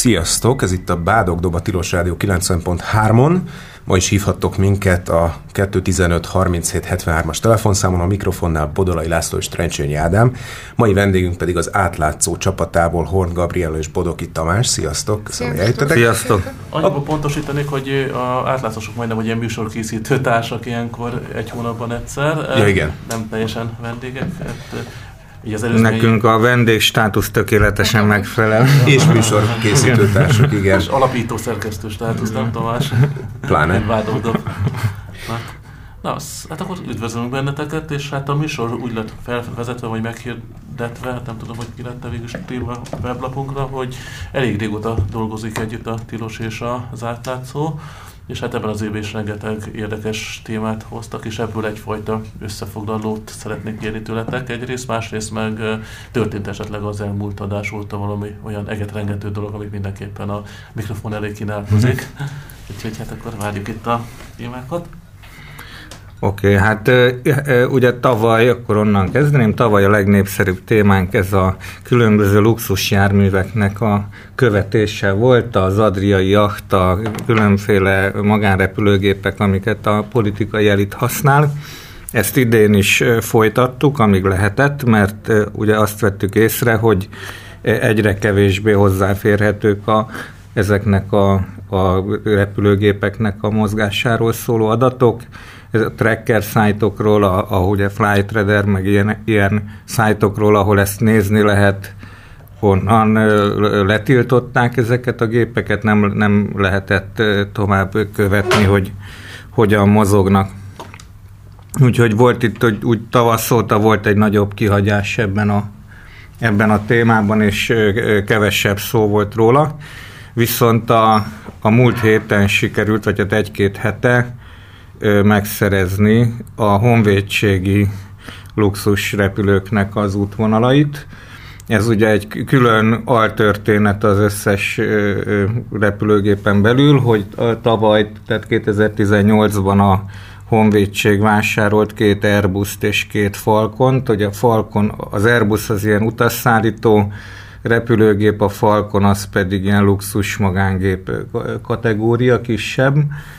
Sziasztok! Ez itt a Bádog-dob, a Tilos Rádió 90.3-on. Ma is hívhattok minket a 215 37 73-as telefonszámon, a mikrofonnál Bodolai László és Trencsényi Ádám. Mai vendégünk pedig az átlátszó csapatából Horn Gabriella és Bodoki Tamás. Sziasztok! Köszönöm, hogy eljöttetek. Sziasztok! Annyiban pontosítanék, hogy az átlátszósok majdnem, hogy ilyen műsorkészítő társak ilyenkor egy hónapban egyszer. Ja, igen. Nem teljesen vendégek. Nekünk a vendégstátusz tökéletesen megfelel. És műsorkészítő társak, igen. És alapító szerkesztő státusz, nem Tamás? Pláne. Na, hát akkor üdvözlünk benneteket, és hát a műsor úgy lett felvezetve, vagy meghirdetve, hát nem tudom, hogy ki lett végül is írva a weblapunkra, hogy elég régóta dolgozik együtt a Tilos és az átlátszó, és hát ebben az évben is rengeteg érdekes témát hoztak, és ebből egyfajta összefoglalót szeretnék kérni tőletek egyrészt, másrészt meg történt esetleg az elmúlt adás óta valami olyan egetrengető dolog, amit mindenképpen a mikrofon elé kínálkozik. Úgyhogy hát akkor várjuk itt a témákat. Oké, hát ugye tavaly, akkor onnan kezdeném, tavaly a legnépszerűbb témánk ez a különböző luxusjárműveknek a követése volt, az adriai jacht, a különféle magánrepülőgépek, amiket a politikai elit használ. Ezt idén is folytattuk, amíg lehetett, mert ugye azt vettük észre, hogy egyre kevésbé hozzáférhetők ezeknek a repülőgépeknek a mozgásáról szóló adatok. Ez a tracker szájtokról, ahogy a Flightradar, meg ilyen szájtokról, ahol ezt nézni lehet, honnan letiltották ezeket a gépeket, nem lehetett tovább követni, hogy hogyan mozognak. Úgyhogy volt itt, hogy úgy tavasszóta volt egy nagyobb kihagyás ebben a témában, és kevesebb szó volt róla. Viszont a múlt héten sikerült, vagy hát egy-két hete megszerezni a honvédségi luxus repülőknek az útvonalait. Ez ugye egy külön altörténet az összes repülőgépen belül, hogy tavaly, tehát 2018-ban a honvédség vásárolt 2 Airbust és 2 Falcont. Ugye a Falcon, az Airbus az ilyen utasszállító repülőgép, a Falcon az pedig ilyen luxus magángép kategória, kisebb,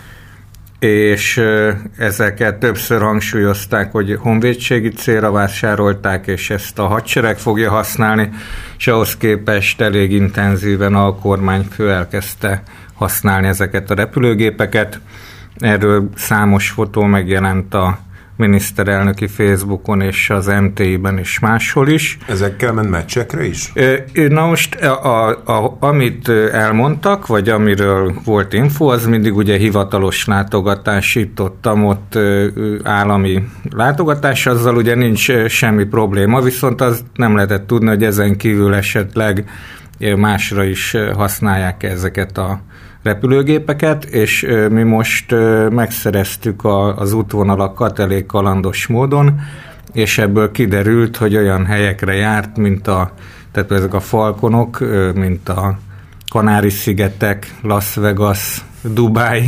és ezeket többször hangsúlyozták, hogy honvédségi célra vásárolták, és ezt a hadsereg fogja használni, és ahhoz képest elég intenzíven a kormányfő elkezdte használni ezeket a repülőgépeket. Erről számos fotó megjelent a miniszterelnöki Facebookon és az MTI-ben és máshol is. Ezekkel ment meccsekre is? Na most, amit elmondtak, vagy amiről volt info, az mindig ugye hivatalos látogatás, itt-ott állami látogatás, azzal ugye nincs semmi probléma, viszont az nem lehetett tudni, hogy ezen kívül esetleg másra is használják ezeket a repülőgépeket, és mi most megszereztük az útvonalakat elég kalandos módon, és ebből kiderült, hogy olyan helyekre járt, tehát ezek a Falconok, mint a Kanári-szigetek, Las Vegas, Dubáj,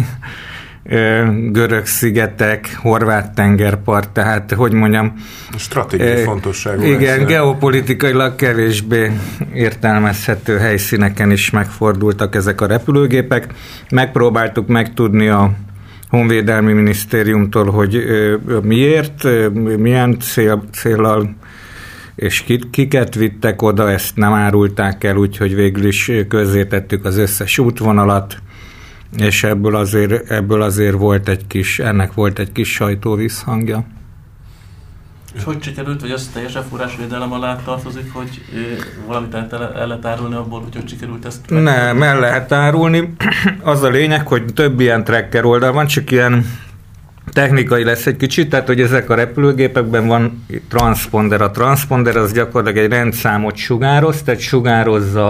Görög-szigetek, Horvát-tengerpart, tehát, hogy mondjam... Stratégiai fontosságú. Igen, geopolitikailag kevésbé értelmezhető helyszíneken is megfordultak ezek a repülőgépek. Megpróbáltuk megtudni a Honvédelmi Minisztériumtól, hogy miért, milyen céllal, és kiket vittek oda, ezt nem árulták el, úgyhogy végül is közzétettük az összes útvonalat, és ebből azért ennek volt egy kis sajtóvízhangja. És hogy sikerült, vagy az teljesen forrásvédelem alá tartozik, hogy valamit el lehet árulni abból, hogy sikerült ezt? Nem, el lehet árulni. Az a lényeg, hogy több ilyen tracker oldal van, csak ilyen technikai lesz egy kicsit, tehát hogy ezek a repülőgépekben van transponder. A transponder az gyakorlatilag egy rendszámot sugároz, tehát sugározza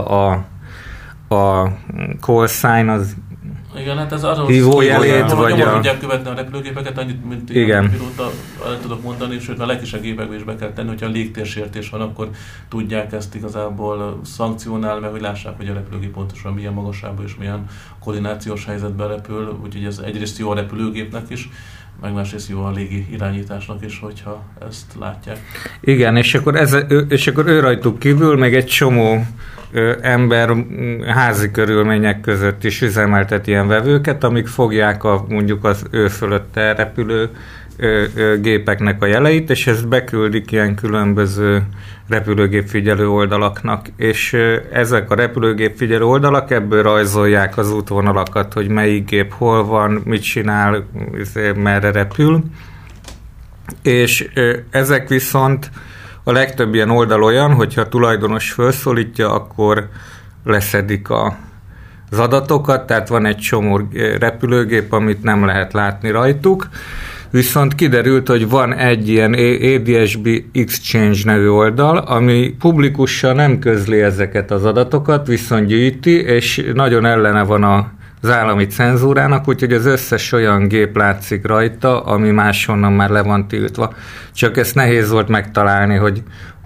a call sign, az igen, hát ez arról hívójelét, vagy a... tudják követni a repülőgépeket, annyit, mint én pilóta tudok mondani, sőt, a legkisebb gépekben is be kell tenni, hogyha a légtérsértés van, akkor tudják ezt igazából szankcionálni, meg hogy lássák, hogy a repülőgép pontosan milyen magasságban és milyen koordinációs helyzetben repül, úgyhogy ez egyrészt jó a repülőgépnek is, meg másrészt jó a légi irányításnak is, hogyha ezt látják. Igen, és akkor ő rajtuk kívül meg egy csomó ember házi körülmények között is üzemeltet ilyen vevőket, amik fogják mondjuk az ő fölött elrepülő gépeknek a jeleit, és ezt beküldik ilyen különböző repülőgépfigyelő oldalaknak, és ezek a repülőgépfigyelő oldalak ebből rajzolják az útvonalakat, hogy melyik gép hol van, mit csinál, merre repül, és ezek viszont a legtöbb ilyen oldal olyan, hogyha a tulajdonos felszólítja, akkor leszedik az adatokat, tehát van egy csomó repülőgép, amit nem lehet látni rajtuk, viszont kiderült, hogy van egy ilyen ADSB Exchange nevű oldal, ami publikusan nem közli ezeket az adatokat, viszont gyűjti, és nagyon ellene van az állami cenzúrának, úgyhogy az összes olyan gép látszik rajta, ami máshonnan már le van tiltva. Csak ezt nehéz volt megtalálni, hogy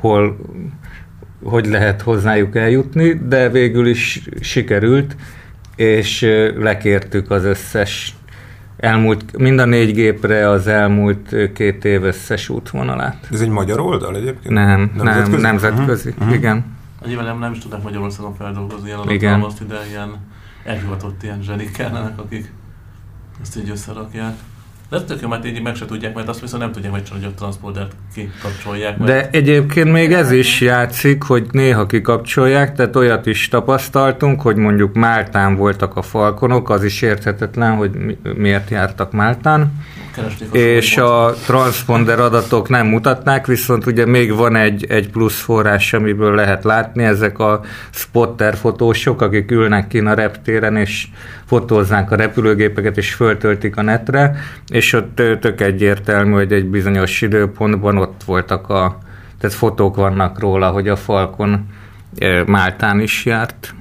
hogy lehet hozzájuk eljutni, de végül is sikerült, és lekértük az összes mind a 4 gépre az elmúlt 2 év összes útvonalát. Ez egy magyar oldal egyébként? Nem, nemzetközi. Igen. Nyilván nem is tudnak Magyarországon feldolgozni ilyen adathalmazt, de ilyen elhivatott ilyen zsenik kellenek, akik ezt így összerakják. De ez tök jó, mert így meg se tudják, mert azt viszont nem tudják megcsinálni, hogy a transpondert kikapcsolják. De egyébként még ez is játszik, hogy néha kikapcsolják, tehát olyat is tapasztaltunk, hogy mondjuk Máltán voltak a Falconok, az is érthetetlen, hogy miért jártak Máltán. És a transponder adatok nem mutatnák, viszont ugye még van egy plusz forrás, amiből lehet látni, ezek a spotter fotósok, akik ülnek kint a reptéren, és fotózzák a repülőgépeket, és föltöltik a netre, és ott tök egyértelmű, hogy egy bizonyos időpontban ott voltak tehát fotók vannak róla, hogy a Falcon Máltán is járt.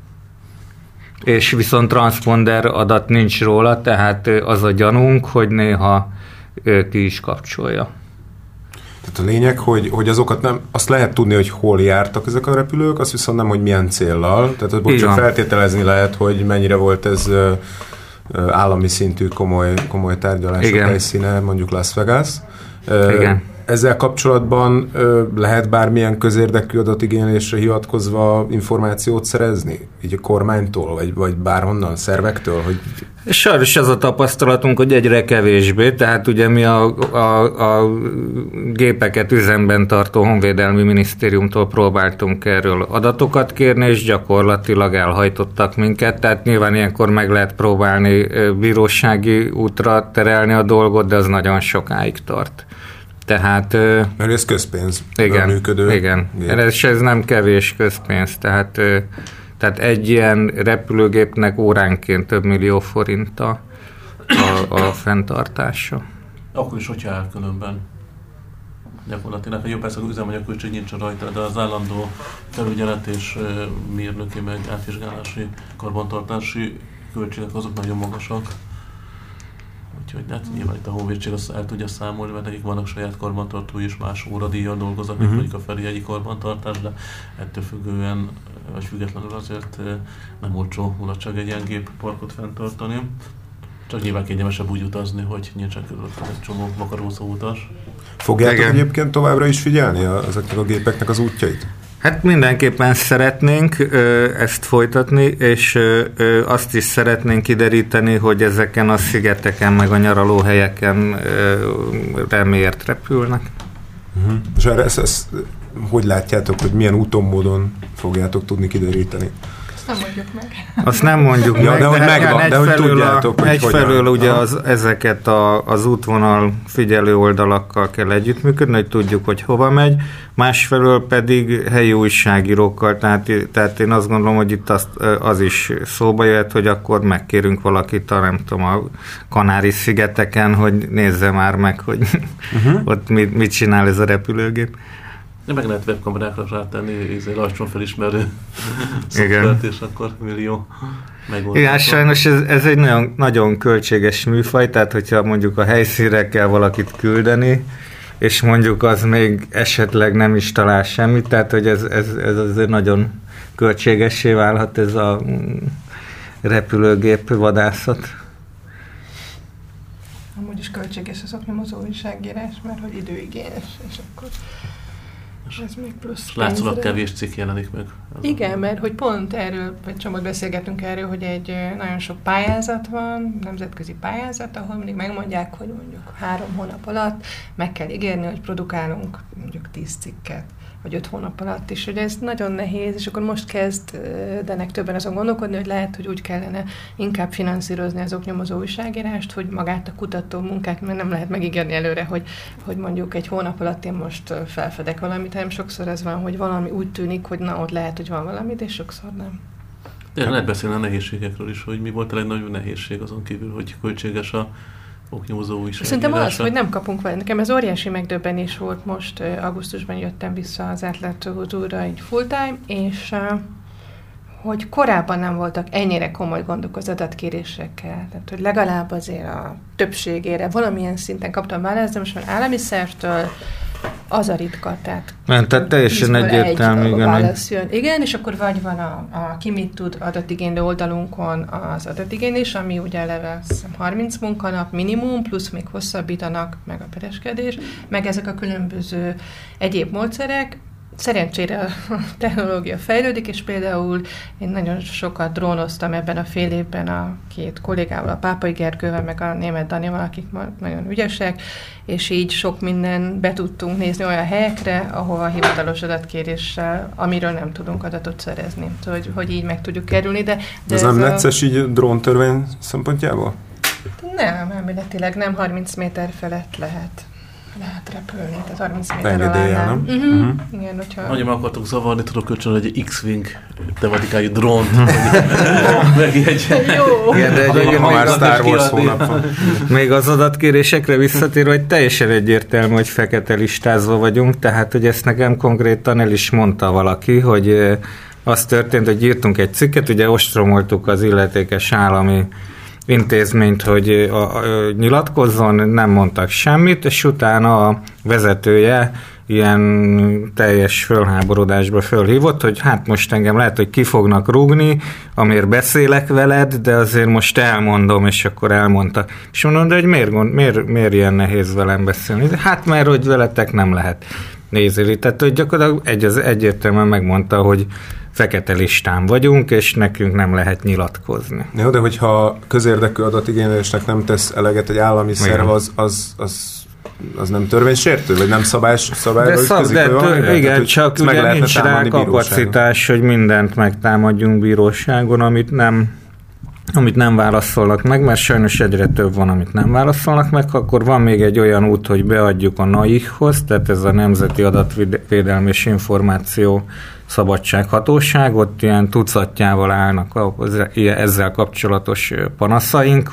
És viszont transponder adat nincs róla, tehát az a gyanunk, hogy néha ki is kapcsolja. Tehát a lényeg, hogy azokat nem, azt lehet tudni, hogy hol jártak ezek a repülők, azt viszont nem, hogy milyen céllal. Tehát csak feltételezni lehet, hogy mennyire volt ez állami szintű komoly tárgyalások helyszíne, mondjuk Las Vegas. Igen. Ezzel kapcsolatban lehet bármilyen közérdekű adatigénylésre hivatkozva információt szerezni? Így a kormánytól, vagy bárhonnan, szervektől? Hogy... Sajnos az a tapasztalatunk, hogy egyre kevésbé, tehát ugye mi a gépeket üzemben tartó Honvédelmi Minisztériumtól próbáltunk erről adatokat kérni, és gyakorlatilag elhajtottak minket, tehát nyilván ilyenkor meg lehet próbálni bírósági útra terelni a dolgot, de az nagyon sokáig tart. Tehát, mert ez közpénz működő. Igen, ez nem kevés közpénz, tehát egy ilyen repülőgépnek óránként több millió forint a fenntartása. Akkor is, hogyha áll különben. Gyakorlatilag, jó, persze az üzemanyagköltség nincs rajta, de az állandó felügyelet és mérnöki meg átvizsgálási, karbantartási költségek azok nagyon magasak. Úgyhogy hát nyilván itt a honvédség azt el tudja számolni, mert nekik vannak saját karbantartói és más óradíjjal dolgoznak, mint mondjuk a Ferihegyi karbantartás, de ettől függően, vagy függetlenül azért nem olcsó mulatság egy ilyen gépparkot fenntartani. Csak nyilván kényelmesebb úgy utazni, hogy nincsen körülötted egy csomó vakarózó utas. Fogjátok egyébként továbbra is figyelni ezeknek a gépeknek az útjait? Hát mindenképpen szeretnénk ezt folytatni, és azt is szeretnénk kideríteni, hogy ezeken a szigeteken, meg a nyaralóhelyeken miért repülnek. És erre ezt hogy látjátok, hogy milyen úton, módon fogjátok tudni kideríteni? Azt nem mondjuk meg. Azt nem mondjuk meg, de hogy megvan, de hogy tudjátok, hogy egyfelől ugye ezeket az útvonal figyelő oldalakkal kell együttműködni, hogy tudjuk, hogy hova megy, másfelől pedig helyi újságírókkal, tehát én azt gondolom, hogy itt az is szóba jöhet, hogy akkor megkérünk valakit a Kanári-szigeteken, hogy nézze már meg, hogy ott mit csinál ez a repülőgép. De meg lehet webkamerákra rátenni, lassan felismerő szoftvert, és akkor millió megoldás. Igen, sajnos ez egy nagyon, nagyon költséges műfaj, tehát hogyha mondjuk a helyszínre kell valakit küldeni, és mondjuk az még esetleg nem is talál semmit, tehát hogy ez azért nagyon költségessé válhat ez a repülőgép vadászat. Amúgy is költséges az oknyomozó újságírás, mert hogy időigényes, és akkor... Ez még plusz és látszólag kevés cikk jelenik meg. Igen, mert hogy pont erről, vagy csomót beszélgetünk erről, hogy egy nagyon sok pályázat van, nemzetközi pályázat, ahol mindig megmondják, hogy mondjuk 3 hónap alatt meg kell ígérni, hogy produkálunk mondjuk 10 cikket, vagy 5 hónap alatt is, hogy ez nagyon nehéz, és akkor most kezdenek többen azon gondolkodni, hogy lehet, hogy úgy kellene inkább finanszírozni az oknyomozó újságírást, hogy magát a kutató munkát, mert nem lehet megígérni előre, hogy mondjuk egy hónap alatt én most felfedek valamit, hanem sokszor ez van, hogy valami úgy tűnik, hogy na, ott lehet, hogy van valami, de sokszor nem. De lehet beszélni a nehézségekről is, hogy mi volt a legnagyobb nehézség azon kívül, hogy költséges a oknyomozó újságírása. Szerintem az, hogy nem kapunk valamit. Nekem ez óriási megdöbbenés volt, most augusztusban jöttem vissza az átlátszóhoz újra egy full-time, és hogy korábban nem voltak ennyire komoly gondok az adatkérésekkel. Tehát, hogy legalább azért a többségére valamilyen szinten kaptam választ, de most már állami szervtől az a ritka, tehát teljesen egyértelmű, igen, és akkor vagy van a ki mit tud adatigénylő oldalunkon az adatigénylés, ami ugye eleve 30 munkanap minimum, plusz még hosszabbítanak, meg a pereskedés, meg ezek a különböző egyéb módszerek. Szerencsére a technológia fejlődik, és például én nagyon sokat drónoztam ebben a fél évben a 2 kollégával, a Pápai Gergővel, meg a Németh Danival, akik nagyon ügyesek, és így sok minden be tudtunk nézni olyan helyekre, ahol a hivatalos adatkéréssel, amiről nem tudunk adatot szerezni. Szóval, hogy így meg tudjuk kerülni, de ez nem necces így dróntörvény szempontjából? Nem, elméletileg nem 30 méter felett lehet repülni, tehát 30 méter alá nem. Igen, hogyha... Nagyon meg akartok zavarni, tudok kölcsön egy X-Wing tematikájú drónt. Meg egy... Jó! Igen, de ha már Star Wars hónap van. Még az adatkérésekre visszatérve, hogy teljesen egyértelmű, hogy fekete listázva vagyunk, tehát, hogy ezt nekem konkrétan el is mondta valaki, hogy az történt, hogy írtunk egy cikket, ugye ostromoltuk az illetékes állami intézményt, hogy nyilatkozzon, nem mondtak semmit, és utána a vezetője ilyen teljes fölháborodásba fölhívott, hogy hát most engem lehet, hogy ki fognak rúgni, amiért beszélek veled, de azért most elmondom, és akkor elmondta. És mondom, de hogy miért ilyen nehéz velem beszélni? Hát mert, hogy veletek nem lehet nézni. Tehát, hogy gyakorlatilag egyértelműen megmondta, hogy fekete listán vagyunk, és nekünk nem lehet nyilatkozni. Jó, de hogyha közérdekű adatigénylésnek nem tesz eleget egy állami szerv, az nem törvénysértő, vagy nem szabályra ütközik? Igen, csak ugye nincs rá kapacitás, hogy mindent megtámadjunk bíróságon, amit nem válaszolnak meg, mert sajnos egyre több van, amit nem válaszolnak meg, akkor van még egy olyan út, hogy beadjuk a NAIH-hoz, tehát ez a Nemzeti Adatvédelmi és Információ Szabadsághatóság, ott ilyen tucatjával állnak ezzel kapcsolatos panaszaink,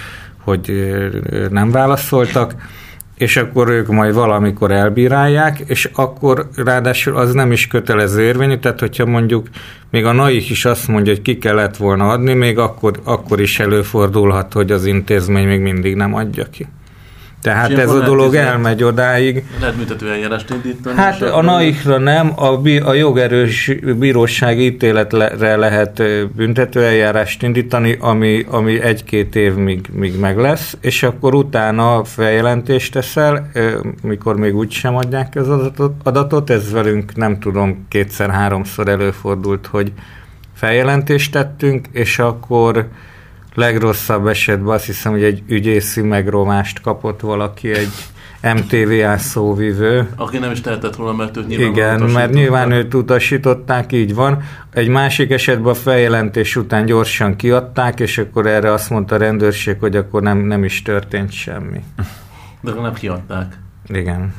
hogy nem válaszoltak, és akkor ők majd valamikor elbírálják, és akkor ráadásul az nem is kötelező érvényű, tehát hogyha mondjuk még a NAIH is azt mondja, hogy ki kellett volna adni, még akkor is előfordulhat, hogy az intézmény még mindig nem adja ki. Tehát ez a dolog elmegy odáig. Lehet büntető eljárást indítani? Hát a NAIH-ra nem, a jogerős bírósági ítéletre lehet büntető eljárást indítani, ami 1-2 év még meg lesz, és akkor utána feljelentést teszel, mikor még úgysem adják az adatot, ez velünk nem tudom, 2-3-szor előfordult, hogy feljelentést tettünk, és akkor legrosszabb esetben azt hiszem, hogy egy ügyészi megromást kapott valaki, egy MTVA szóvivő. Aki nem is tehetett róla, mert őt igen, mert nyilván őt utasították, így van. Egy másik esetben a feljelentés után gyorsan kiadták, és akkor erre azt mondta a rendőrség, hogy akkor nem is történt semmi. De nem kiadták. Igen.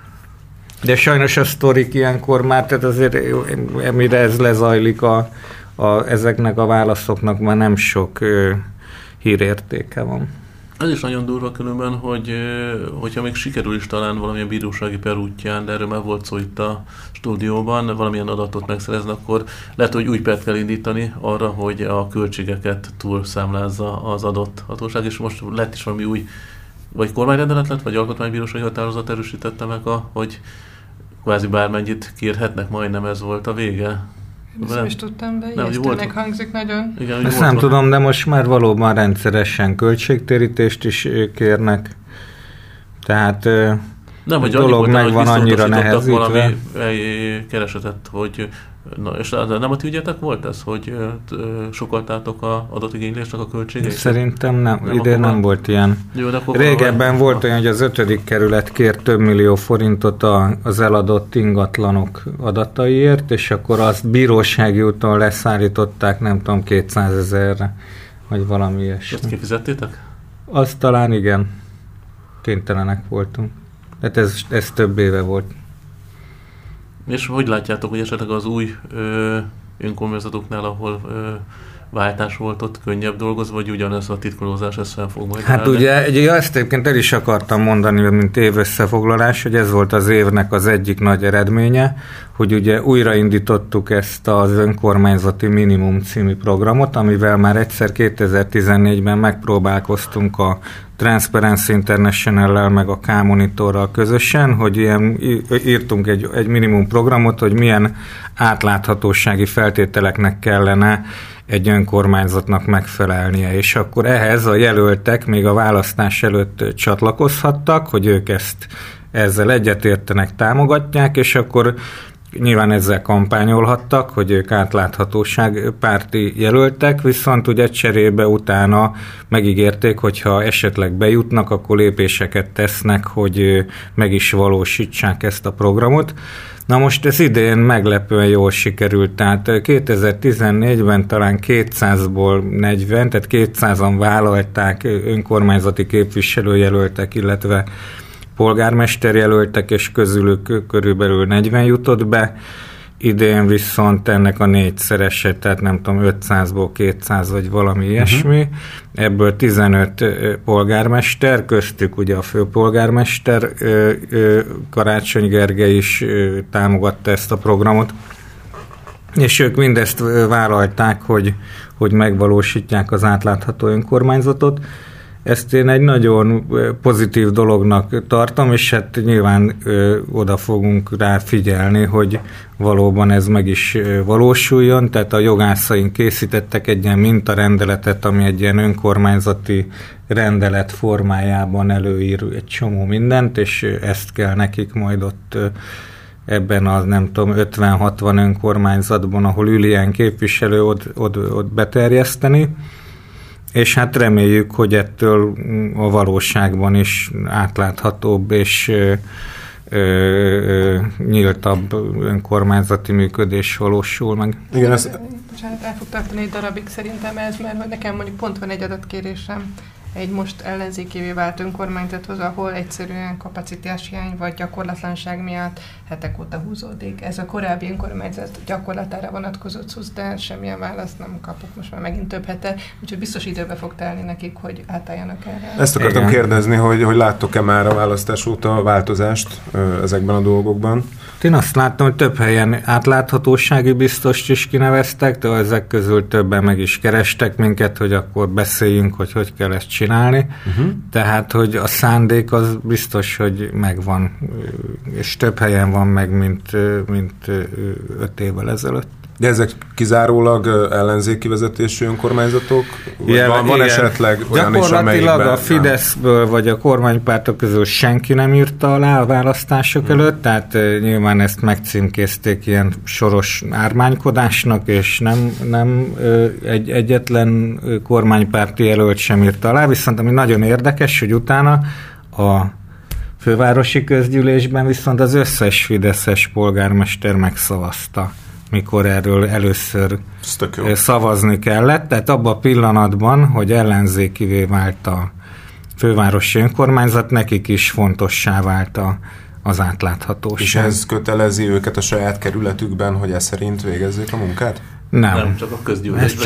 De sajnos a sztorik ilyenkor már, tehát azért mire ez lezajlik ezeknek a válaszoknak már nem sok hírértéke van. Ez is nagyon durva különben, hogyha még sikerül is talán valamilyen bírósági per útján, de erről már volt szó itt a stúdióban, valamilyen adatot megszerezni, akkor lehet, hogy új pert kell indítani arra, hogy a költségeket túlszámlázza az adott hatóság, és most lett is valami új, vagy kormányrendelet lett, vagy alkotmánybírósági határozat erősítette meg, hogy kvázi bármennyit kérhetnek, majdnem ez volt a vége. Nem is tudtam, de ijesztőnek hangzik nagyon. Igen, ezt nem tudom, de most már valóban rendszeresen költségtérítést is kérnek. Tehát Nem, hogy dolog meg van annyira nehezítve. Valami keresetet, hogy és nem a ti ügyetek volt ez, hogy sokaltátok az adatigénylésnek a költségeit? Szerintem nem, idén nem volt ilyen. Jó, régebben volt olyan, hogy az 5. kerület kért több millió forintot az eladott ingatlanok adataiért, és akkor azt bírósági úton leszállították, nem tudom, 200 000-re, vagy valami ilyesmi. Ezt kifizettétek? Azt talán igen. Kénytelenek voltunk. Hát ez több éve volt. És hogy látjátok, hogy esetleg az új önkormányzatoknál, ahol váltás volt, ott könnyebb dolgozva, vagy ugyanez a titkolózás ezt fog majd Hát állni? Ugye ezt egyébként el is akartam mondani, mint évösszefoglalás, hogy ez volt az évnek az egyik nagy eredménye, hogy ugye újraindítottuk ezt az önkormányzati minimum című programot, amivel már egyszer 2014-ben megpróbálkoztunk a Transparency International-lel meg a K-Monitorral közösen, hogy írtunk egy minimum programot, hogy milyen átláthatósági feltételeknek kellene egy önkormányzatnak megfelelnie, és akkor ehhez a jelöltek még a választás előtt csatlakozhattak, hogy ők ezzel egyetértenek, támogatják, és akkor nyilván ezzel kampányolhattak, hogy ők átláthatóság párti jelöltek, viszont ugye cserébe utána megígérték, hogyha esetleg bejutnak, akkor lépéseket tesznek, hogy meg is valósítsák ezt a programot. Na most ez idén meglepően jól sikerült, tehát 2014-ben talán 200-ból 40, tehát 200-an vállalták önkormányzati képviselőjelöltek, illetve polgármesterjelöltek, és közülük körülbelül 40 jutott be. Idén viszont ennek a 4-szerese, tehát nem tudom, 500-ból 200 vagy valami ilyesmi. Ebből 15 polgármester, köztük ugye a főpolgármester, Karácsony Gergely is támogatta ezt a programot. És ők mindezt vállalták, hogy megvalósítják az átlátható önkormányzatot. Ezt én egy nagyon pozitív dolognak tartom, és hát nyilván oda fogunk rá figyelni, hogy valóban ez meg is valósuljon. Tehát a jogászaink készítettek egy ilyen mintarendeletet, ami egy ilyen önkormányzati rendelet formájában előír egy csomó mindent, és ezt kell nekik majd ott ebben az nem tudom 50-60 önkormányzatban, ahol ül ilyen képviselő, ott beterjeszteni. És hát reméljük, hogy ettől a valóságban is átláthatóbb és nyíltabb önkormányzati működés valósul meg. Igen, bocsánat, el fog tartani egy darabig szerintem ez, mert hogy nekem mondjuk pont van egy adatkérésem egy most ellenzékévé vált önkormányzathoz, ahol egyszerűen kapacitáshiány vagy gyakorlatlanság miatt hetek óta húzódik. Ez a korábbi önkormányzat gyakorlatára vonatkozott szusz, de semmilyen választ nem kapok most már megint több hete, úgyhogy biztos időbe fog telni nekik, hogy átálljanak erre. Ezt akartam kérdezni, hogy láttok-e már a választás óta változást ezekben a dolgokban? Én azt láttam, hogy több helyen átláthatósági biztost is kineveztek, de ezek közül többen meg is kerestek minket, hogy akkor beszéljünk, hogy kell ezt csinálni. Tehát, hogy a szándék az biztos, hogy megvan, és több helyen van meg, mint 5 évvel ezelőtt. De ezek kizárólag ellenzéki vezetésű önkormányzatok? Van esetleg olyan is, gyakorlatilag a Fideszből vagy a kormánypártok közül senki nem írta alá a választások előtt, tehát nyilván ezt megcímkézték ilyen soros ármánykodásnak, és nem egyetlen kormánypárti jelölt sem írta alá, viszont ami nagyon érdekes, hogy utána a fővárosi közgyűlésben viszont az összes fideszes polgármester megszavazta, mikor erről először szavazni kellett. Tehát abban a pillanatban, hogy ellenzékivé vált a fővárosi önkormányzat, nekik is fontossá vált az átláthatóság. És ez kötelezi őket a saját kerületükben, hogy ez szerint végezzék a munkát? Nem, csak a közgyűlésben.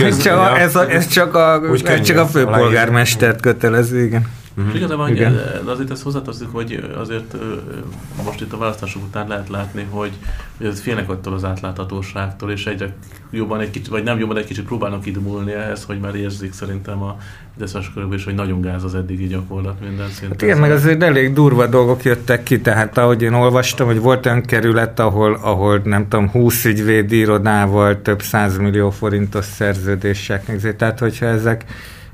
Ez csak a főpolgármestert kötelezi, igen. És igazából azért ezt hozzátartozik, hogy azért most itt a választások után lehet látni, hogy félnek attól az átláthatóságtól, és egyre jobban egy kicsit, vagy nem jobban egy kicsit próbálnak idmúlni ehhez, hogy már érzik szerintem a fideszes körülbelül is, hogy nagyon gáz az eddigi gyakorlat minden szinten. Hát igen, meg azért elég durva dolgok jöttek ki, tehát ahogy én olvastam, hogy volt olyan kerület, ahol nem tudom, 20 ügyvédi irodával több 100 millió forintos szerződések, tehát hogyha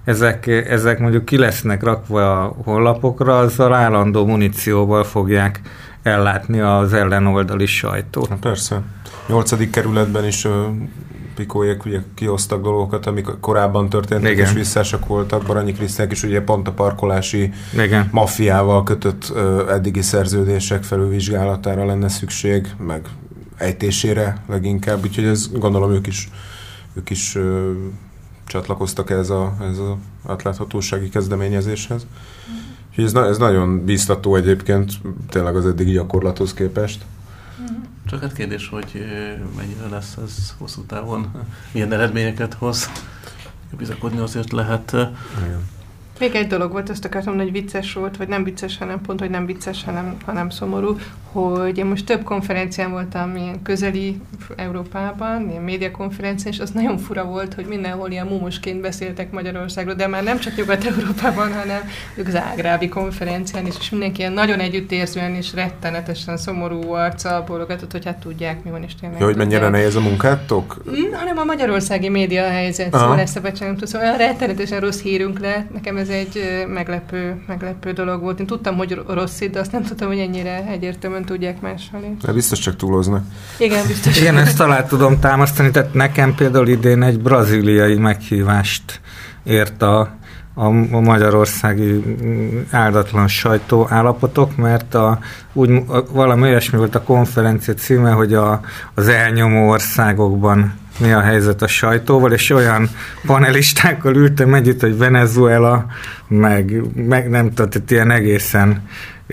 ezek mondjuk ki lesznek rakva a honlapokra, azzal állandó munícióval fogják ellátni az ellenoldali sajtót. Na persze. 8. kerületben is Pikóék ugye kiosztak dolgokat, amik korábban történtek, és visszások voltak. Baranyi Krisztiánk is ugye pont a parkolási maffiával kötött eddigi szerződések felülvizsgálatára lenne szükség, meg ejtésére leginkább, úgyhogy ez, gondolom ők is csatlakoztak ez az átláthatósági kezdeményezéshez. Úgyhogy ez nagyon bíztató egyébként tényleg az eddigi gyakorlathoz képest. Csak hát kérdés, hogy mennyire lesz ez hosszú távon, milyen eredményeket hoz. Bizakodni azért lehet. Igen. Még egy dolog volt, azt akartam, hogy vicces volt, vagy nem vicces, hanem pont, hogy nem vicces, hanem szomorú, hogy én most több konferencián voltam ilyen közeli Európában, ilyen médiakonferencián, és az nagyon fura volt, hogy mindenhol ilyen mumosként beszéltek Magyarországról, de már nem csak Nyugat-Európában, hanem az ágrábi konferencián is, és mindenki ilyen nagyon együttérzően és rettenetesen szomorú arccal bólogatott, hogy hát tudják, mi van, és tényleg. Ja, hogy mennyire nehéz a munkátok? Hanem a magyarországi média helyzet, szóval ezt szabadság, szóval olyan rettenetesen rossz hírünk lett, nekem ez egy meglepő dolog volt. Én tudtam, hogy rossz hír, de azt nem tudtam, hogy ennyire egyértelműen tudják másolni. De biztos csak túloznak. Igen, biztos. Igen, ezt alá tudom támasztani, tehát nekem például idén egy brazíliai meghívást ért a magyarországi áldatlan sajtó állapotok, mert valami olyasmi volt a konferencia címe, hogy az elnyomó országokban mi a helyzet a sajtóval, és olyan panelistákkal ültem együtt, hogy Venezuela, meg nem tudom, ilyen egészen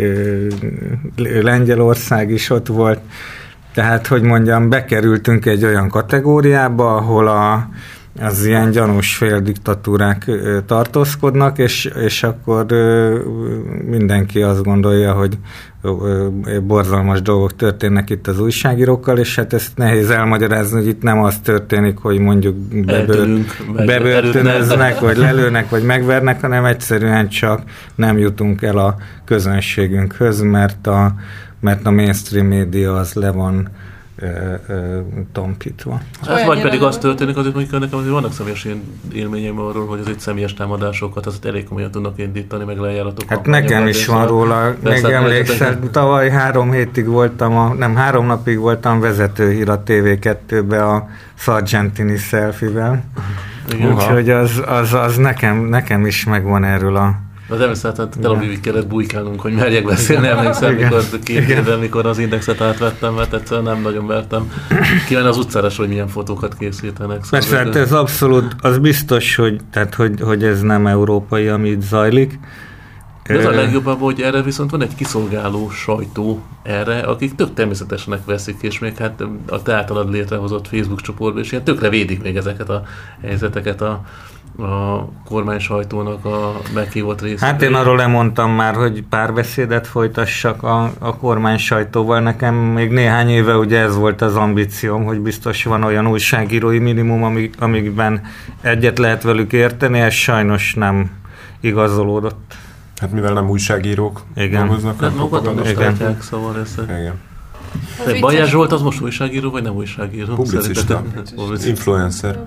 Lengyelország is ott volt. Tehát, hogy mondjam, bekerültünk egy olyan kategóriába, ahol az ilyen gyanús féldiktatúrák tartózkodnak, és akkor mindenki azt gondolja, hogy borzalmas dolgok történnek itt az újságírókkal, és hát ezt nehéz elmagyarázni, hogy itt nem az történik, hogy mondjuk bebörtönöznek, vagy lelőnek, vagy megvernek, hanem egyszerűen csak nem jutunk el a közönségünkhöz, mert a mainstream média az le van tompítva. Hát vagy pedig az történik, azért mondjuk nekem azért vannak személyes élményeim arról, hogy azért személyes támadásokat azért elég komolyan tudnak indítani, meg lejáratok. Hát nekem is van róla, megemlékszel, tavaly 3 napig voltam vezetőhír a TV2-be a Sargentini selfie-vel. Úgyhogy az nekem is megvan erről az emlékszem, hát Tel Avivig kellett bujkálnunk, hogy merjek beszélni, emlékszem, mikor az Indexet átvettem, mert egyszerűen nem nagyon mertem kivenni az utcára, hogy milyen fotókat készítenek. Persze, hát ez abszolút, az biztos, hogy ez nem európai, ami itt zajlik. De az a legjobb abban, hogy erre viszont van egy kiszolgáló sajtó erre, akik tök természetesnek veszik, és még hát a te általad létrehozott Facebook csoportban, és ilyen tökre védik még ezeket a helyzeteket a kormány sajtónak a meghívott részét. Hát én arról lemondtam már, hogy párbeszédet folytassak a kormány sajtóval. Nekem még néhány éve ugye ez volt az ambícióm, hogy biztos van olyan újságírói minimum, amikben egyet lehet velük érteni, ez sajnos nem igazolódott. Hát mivel nem újságírók dolgoznak. Hát magadon is tartják, szóval ezt. Igen. Bajás Zsolt az most újságíró, vagy nem újságíró? Publicista. Influencer.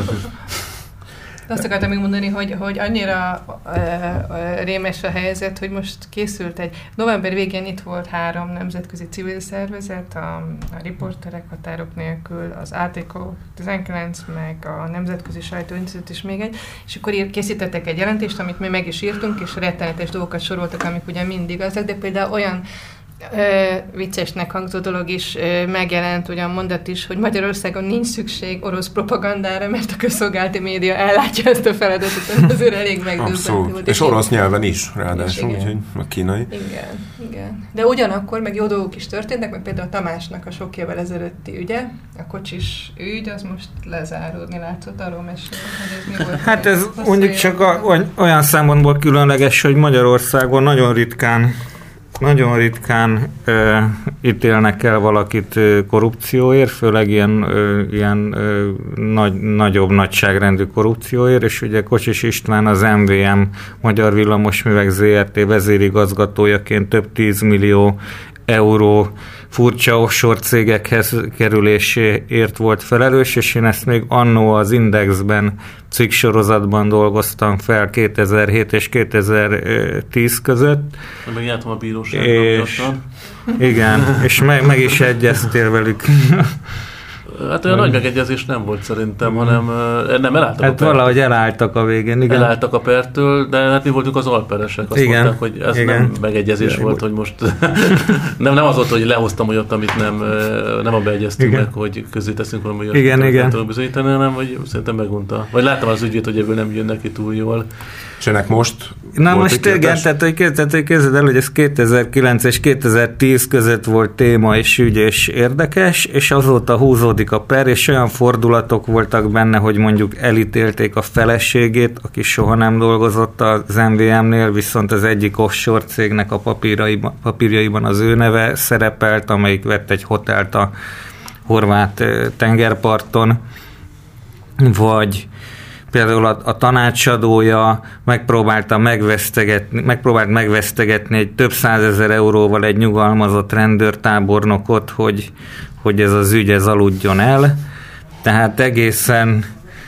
Azt akartam még mondani, hogy annyira rémes a helyzet, hogy most készült november végén itt volt 3 nemzetközi civil szervezet, a Riporterek Határok Nélkül, az ATKO 19, meg a Nemzetközi Sajtóintézet is még egy, és akkor készítettek egy jelentést, amit mi meg is írtunk, és rettenetes dolgokat soroltak, amik ugye mindig azok, de például olyan viccesnek hangzó dolog is megjelent, ugyan mondat is, hogy Magyarországon nincs szükség orosz propagandára, mert a közszolgálati média ellátja ezt a feladatot, azért elég megdöbbentő volt. És orosz nyelven is, ráadásul, úgyhogy a kínai. Igen. De ugyanakkor meg jó dolgok is történtek, meg például a Tamásnak a sok évvel ezelőtti ügye, a kocsis ügy, az most lezáródni látszott, arról mesélni, hogy ez mi volt. Hát ez mondjuk csak olyan szempontból különleges, hogy Magyarországon nagyon ritkán ítélnek el valakit korrupcióért, főleg ilyen nagyobb nagyságrendű korrupcióért, és ugye Kocsis István az MVM Magyar Villamosművek ZRT vezérigazgatójaként több 10 millió euró furcsa offshore cégekhez kerüléséért volt felelős, és én ezt még annó az Indexben cikksorozatban dolgoztam fel 2007 és 2010 között. Meg jártam a bíróságban. Igen, és meg is egyeztél velük. Hát olyan nagy megegyezés nem volt szerintem, hanem nem elálltak hát a pertől. Valahogy elálltak a végén, igen. Elálltak a pertől, de hát mi voltunk az alperesek. Azt mondták, hogy ez nem megegyezés volt, hogy most nem az volt, hogy lehoztam olyat, amit nem abba egyeztünk meg, hogy közzé teszünk valami olyat, nem tudom bizonyítani, hanem hogy szerintem megunta. Vagy láttam az ügyét, hogy ebből nem jön neki túl jól. És ennek most? Na most igen, tehát hogy képzeld el, hogy ez 2009 és 2010 között volt téma és ügy és érdekes, és azóta húzódik a per, és olyan fordulatok voltak benne, hogy mondjuk elítélték a feleségét, aki soha nem dolgozott az MVM-nél, viszont az egyik offshore cégnek a papírjaiban az ő neve szerepelt, amelyik vett egy hotelt a horvát tengerparton, vagy például a tanácsadója megpróbált megvesztegetni egy több 100 000 euróval egy nyugalmazott rendőrtábornokot, hogy ez az ügy ez aludjon el. Tehát egészen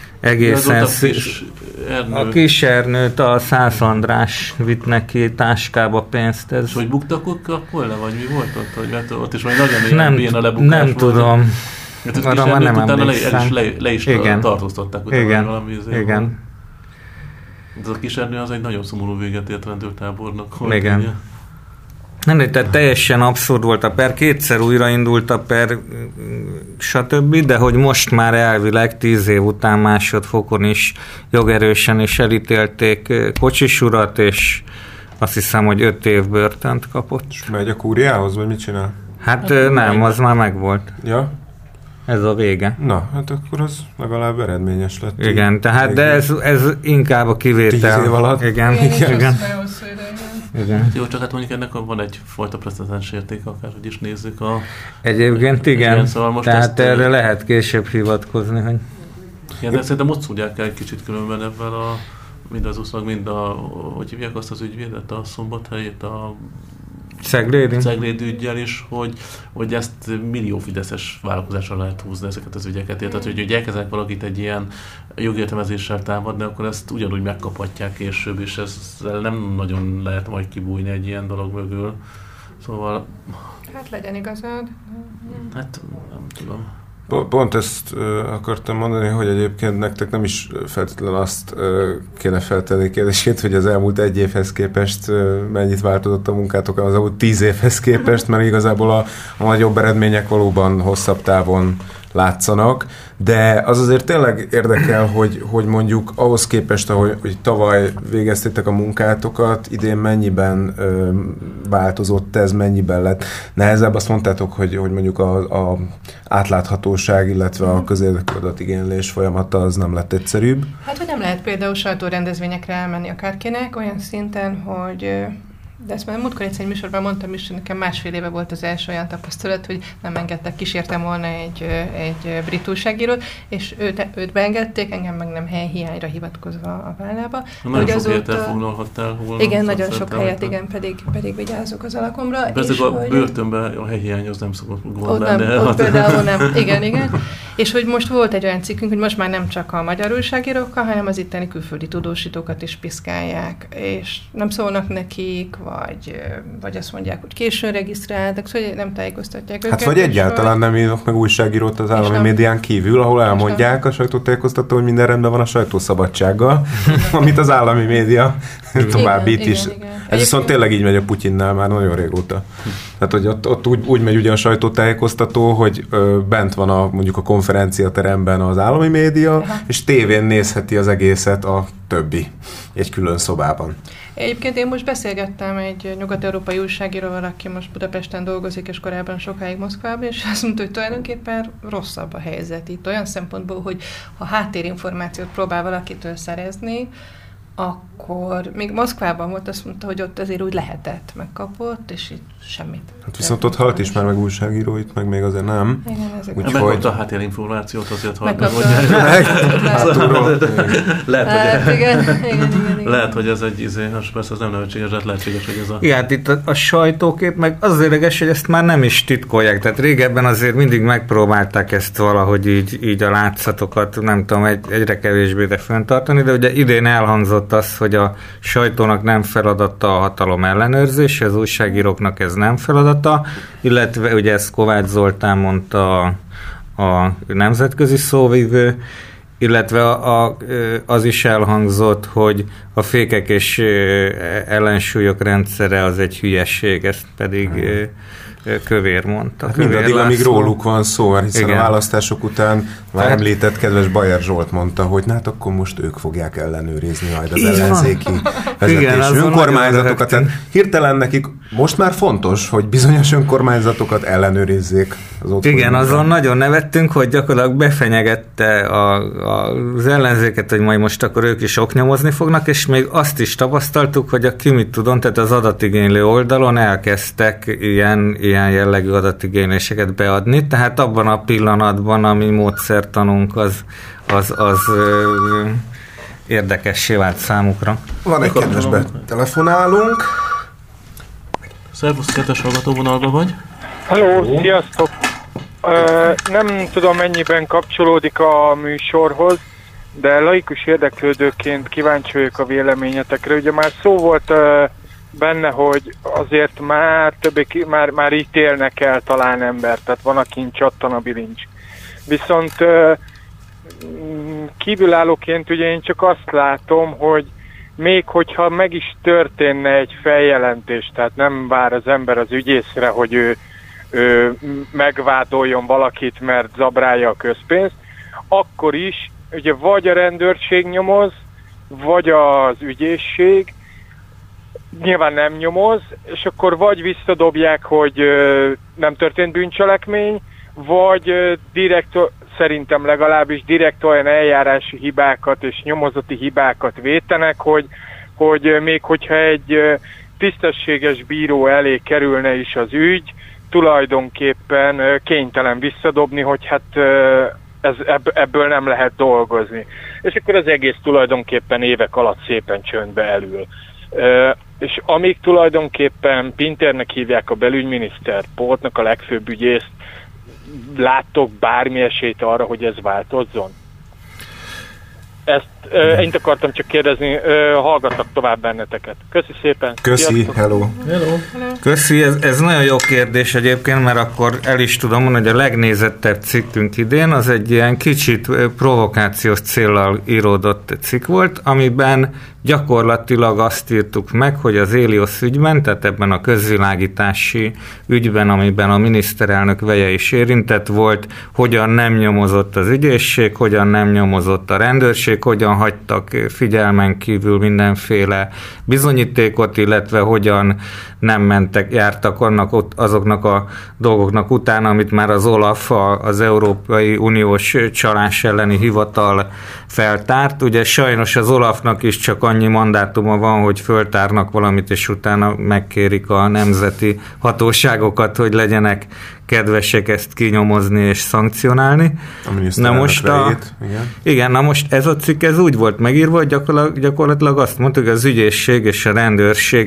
a kis Ernőt a Szász András vitt neki táskába pénzt. Ez. És hogy buktak akkor le, vagy mi volt ott? Hogy ott is vagy nagyon ilyen a lebukás nem volt. Tudom. Arra már nem emlékszem. Le is tartóztatták utána valami. Igen. Ez a kis Ernő az egy nagyon szomorú véget ért rendőrtábornak. Igen. Nem, tehát teljesen abszurd volt a per, kétszer újraindult a per, stb., de hogy most már elvileg 10 év után másodfokon is jogerősen is elítélték Kocsis urat, és azt hiszem, hogy 5 év börtönt kapott. És megy a kúriához, vagy mit csinál? Hát nem, az már megvolt. Ja? Ez a vége. Na, hát akkor az legalább eredményes lett. Igen, tehát de ez inkább a kivétel. 10 év alatt. Igen. Igen. Jó, csak hát mondjuk ennek van egyfajta precedens érték, akárhogy is nézzük a... Egyébként igen, szóval tehát erre lehet később hivatkozni, hogy... Igen, de szerintem ott szúrják el egy kicsit különben ebben mind az uszlag, mind a... Hogy hívják azt az ügyvédet, a Szombathelyét, a... Cegléd üggyel is, hogy ezt millió fideszes vállalkozásra lehet húzni ezeket az ügyeket. Tehát, hogy elkezdenek valakit egy ilyen jogértelmezéssel támadni, akkor ezt ugyanúgy megkaphatják később, és ezzel nem nagyon lehet majd kibújni egy ilyen dolog mögül. Szóval... Hát legyen igazad. Hát nem tudom. Pont ezt akartam mondani, hogy egyébként nektek nem is feltétlenül azt kéne feltenni kérdését, hogy az elmúlt 1 évhez képest mennyit változott a munkátok az elmúlt 10 évhez képest, mert igazából a nagyobb eredmények valóban hosszabb távon látszanak, de az azért tényleg érdekel, hogy mondjuk ahhoz képest, hogy tavaly végeztétek a munkátokat, idén mennyiben változott ez, mennyiben lett nehezebb. Azt mondtátok, hogy mondjuk a átláthatóság, illetve a közérdekű adatigénylés folyamata az nem lett egyszerűbb. Hát, hogy nem lehet például sajtórendezvényekre elmenni akárkinek olyan szinten, hogy... De ezt már múltkor egyszer egy műsorban mondtam is, hogy nekem 1,5 éve volt az első olyan tapasztalat, hogy nem engedtek, kísértem volna egy brit újságírót, és őt beengedték, engem meg nem helyhiányra hivatkozva a vállába. Nagyon sok helyet elfoglalhattál volna. Igen, nagyon sok helyet, igen, pedig vigyázok az alakomra. Ezek a börtönben a helyhiány az nem szokott gondolni. Ott például nem. Igen. És hogy most volt egy olyan cikkünk, hogy most már nem csak a magyar újságírókkal, hanem az itteni külföldi tudósítókat is piszkálják, és nem szólnak nekik, vagy azt mondják, hogy későn regisztráltak, szóval nem tájékoztatják őket. Hát vagy egyáltalán nem írnak meg újságírót az állami médián kívül, ahol elmondják a sajtótájékoztató, hogy minden rendben van a sajtószabadsággal, amit az állami média továbbít is. Igen. Ez viszont tényleg így megy a Putyinnál már nagyon régóta. Tehát, hogy ott úgy megy ugye a sajtótájékoztató, hogy bent van mondjuk a konferenciateremben az állami média, és tévén nézheti az egészet a többi, egy külön szobában. Egyébként én most beszélgettem egy nyugat-európai újságíróval, aki most Budapesten dolgozik, és korábban sokáig Moszkvában, és azt mondta, hogy tulajdonképpen rosszabb a helyzet itt. Olyan szempontból, hogy ha háttérinformációt próbál valakitől szerezni, akkor még Moszkvában volt, azt mondta, hogy ott azért úgy lehetett, megkapott, és itt semmit. Hát viszont ott halt is már meg újságíróit, meg még azért nem. Igen, ezek megkapta a háttérinformációt, azért lehet, hogy ez egy persze ez nem nevetséges, de lehetséges, hogy ez a... Igen, hát itt a sajtókép, meg az érdekes, hogy ezt már nem is titkolják, tehát régebben azért mindig megpróbálták ezt valahogy így a látszatokat, nem tudom, egyre kevésbé de fenntartani, de ugye idén elhangzott az, hogy a sajtónak nem feladata a hatalom ellenőrzés, az újságíróknak ez nem feladata, illetve ugye ezt Kovács Zoltán mondta a nemzetközi szóvivő, illetve az is elhangzott, hogy a fékek és ellensúlyok rendszere az egy hülyeség, ezt pedig Kövér mondta. Hát mindaddig, amíg róluk van szó, hiszen igen. A választások után már említett kedves Bajer Zsolt mondta, hogy hát akkor most ők fogják ellenőrizni majd az ellenzéki vezetésű önkormányzatokat. Tehát hirtelen nekik most már fontos, hogy bizonyos önkormányzatokat ellenőrizzék az ott. Igen, azon nagyon nevettünk, hogy gyakorlatilag befenyegette az ellenzéket, hogy majd most akkor ők is oknyomozni fognak, és még azt is tapasztaltuk, hogy a Ki mit tudom, tehát az adatigénylő oldalon elkezdtek ilyen jellegű adatigényléseket beadni, tehát abban a pillanatban, ami módszertanunk, az érdekessé vált számukra. Van egy kedvesbe telefonálunk. Szervusz, kedves hallgatóvonalban vagy? Halló, sziasztok! Nem tudom, mennyiben kapcsolódik a műsorhoz, de laikus érdeklődőként kíváncsi vagyok a véleményetekre. Ugye már szó volt benne, hogy azért már ítélnek el talán embert, tehát van, akin csattan a bilincs. Viszont kívülállóként ugye én csak azt látom, hogy még hogyha meg is történne egy feljelentés, tehát nem vár az ember az ügyészre, hogy ő megvádoljon valakit, mert zabrálja a közpénzt, akkor is ugye vagy a rendőrség nyomoz, vagy az ügyészség, nyilván nem nyomoz, és akkor vagy visszadobják, hogy nem történt bűncselekmény, vagy direkt, szerintem legalábbis direkt olyan eljárási hibákat és nyomozati hibákat vétenek, hogy még hogyha egy tisztességes bíró elé kerülne is az ügy, tulajdonképpen kénytelen visszadobni, hogy hát ebből nem lehet dolgozni. És akkor az egész tulajdonképpen évek alatt szépen csöndbe elül. És amíg tulajdonképpen Pinternek hívják a belügyminiszter, Portnak a legfőbb ügyészt, láttok bármi esélyt arra, hogy ez változzon? Ezt én akartam csak kérdezni, hallgatlak tovább benneteket. Köszi szépen. Köszi, hello. Köszi, ez nagyon jó kérdés egyébként, mert akkor el is tudom mondani, hogy a legnézettebb cikkünk idén az egy ilyen kicsit provokációs céllal íródott cikk volt, amiben gyakorlatilag azt írtuk meg, hogy az Éliosz ügyben, tehát ebben a közvilágítási ügyben, amiben a miniszterelnök veje is érintett volt, hogyan nem nyomozott az ügyészség, hogyan nem nyomozott a rendőrség, hogyan hagytak figyelmen kívül mindenféle bizonyítékot, illetve hogyan nem jártak azoknak a dolgoknak utána, amit már az OLAF, az Európai Uniós Csalás elleni hivatal feltárt. Ugye sajnos az OLAF-nak is csak annyi mandátuma van, hogy föltárnak valamit, és utána megkérik a nemzeti hatóságokat, hogy legyenek kedvesek ezt kinyomozni és szankcionálni. Na most ez a cikk ez úgy volt megírva, hogy gyakorlatilag azt mondtuk, hogy az ügyészség és a rendőrség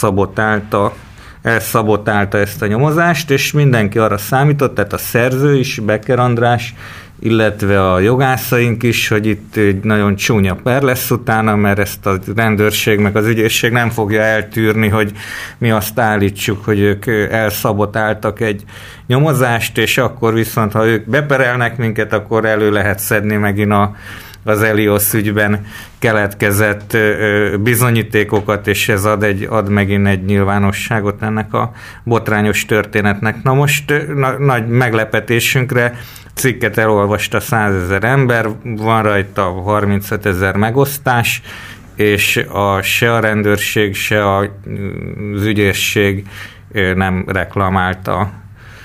elszabotálta ezt a nyomozást, és mindenki arra számított, tehát a szerző is, Becker András, illetve a jogászaink is, hogy itt egy nagyon csúnya per lesz utána, mert ezt a rendőrség meg az ügyészség nem fogja eltűrni, hogy mi azt állítsuk, hogy ők elszabotáltak egy nyomozást, és akkor viszont, ha ők beperelnek minket, akkor elő lehet szedni megint az Éliosz ügyben keletkezett bizonyítékokat, és ez ad megint egy nyilvánosságot ennek a botrányos történetnek. Na most nagy meglepetésünkre cikket elolvasta 100 000 ember, van rajta 35 000 megosztás, és se a rendőrség, se az ügyészség nem reklamálta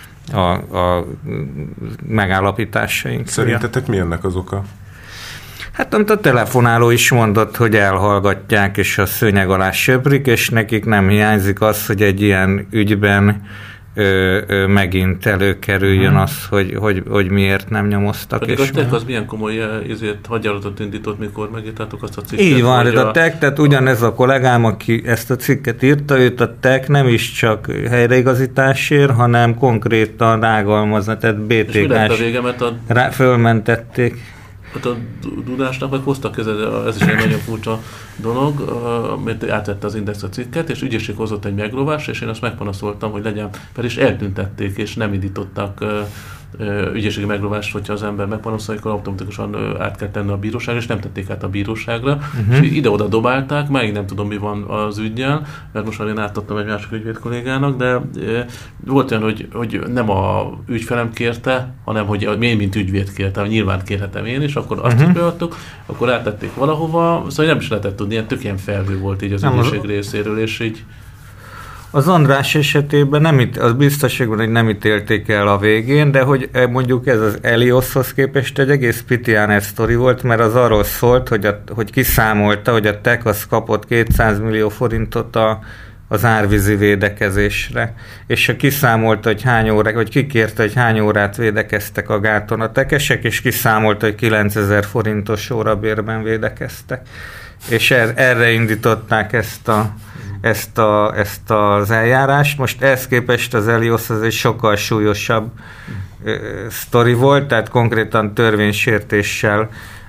a megállapításaink. Szerintetek mi ennek az oka? Hát amit a telefonáló is mondott, hogy elhallgatják, és a szőnyeg alá söprik, és nekik nem hiányzik az, hogy egy ilyen ügyben megint előkerüljön az, hogy miért nem nyomoztak. Pedig a TEK az milyen komoly hadjáratot indított, mikor megírtátok azt a cikket. Így van, a TEK, tehát ugyanez a kollégám, aki ezt a cikket írta, őt a TEK nem is csak helyreigazításért, hanem konkrétan rágalmazna, tehát BTK-s fölmentették. Hát a Dudásnak meg hoztak ez is egy nagyon furcsa dolog, mert átvette az Index a cikket, és ügyészség hozott egy megrovás, és én azt megpanaszoltam, hogy legyen, pedig is eltüntették, és nem indítottak ügyészségi megrovást, hogyha az ember megpanaszolja, akkor automatikusan át kell tenni a bíróságra, és nem tették át a bíróságra, és ide-oda dobálták, még nem tudom, mi van az üggyel, mert most már én átadtam egy másik ügyvéd kollégának, de volt olyan, hogy nem a ügyfelem kérte, hanem hogy én, mint ügyvéd kértem, nyilván kérhetem én is, akkor azt is beadtuk, akkor áttették valahova, szóval nem is lehetett tudni, ilyen tök ilyen felhő volt így az ügyészség részéről, és így. Az András esetében az biztoságban, hogy nem ítélték el a végén, de hogy mondjuk ez az Elioshoz képest egy egész pitiáner sztori volt, mert az arról szólt, hogy kiszámolta, hogy a TEK az kapott 200 millió forintot az árvízi védekezésre, és kiszámolta, hogy hány órát, vagy kikérte, hogy hány órát védekeztek a gáton a tekesek, és kiszámolta, hogy 9000 forintos órabérben védekeztek. És erre indították ezt az eljárást. Most ehhez képest az Elios az egy sokkal súlyosabb sztori volt, tehát konkrétan törvénysértéssel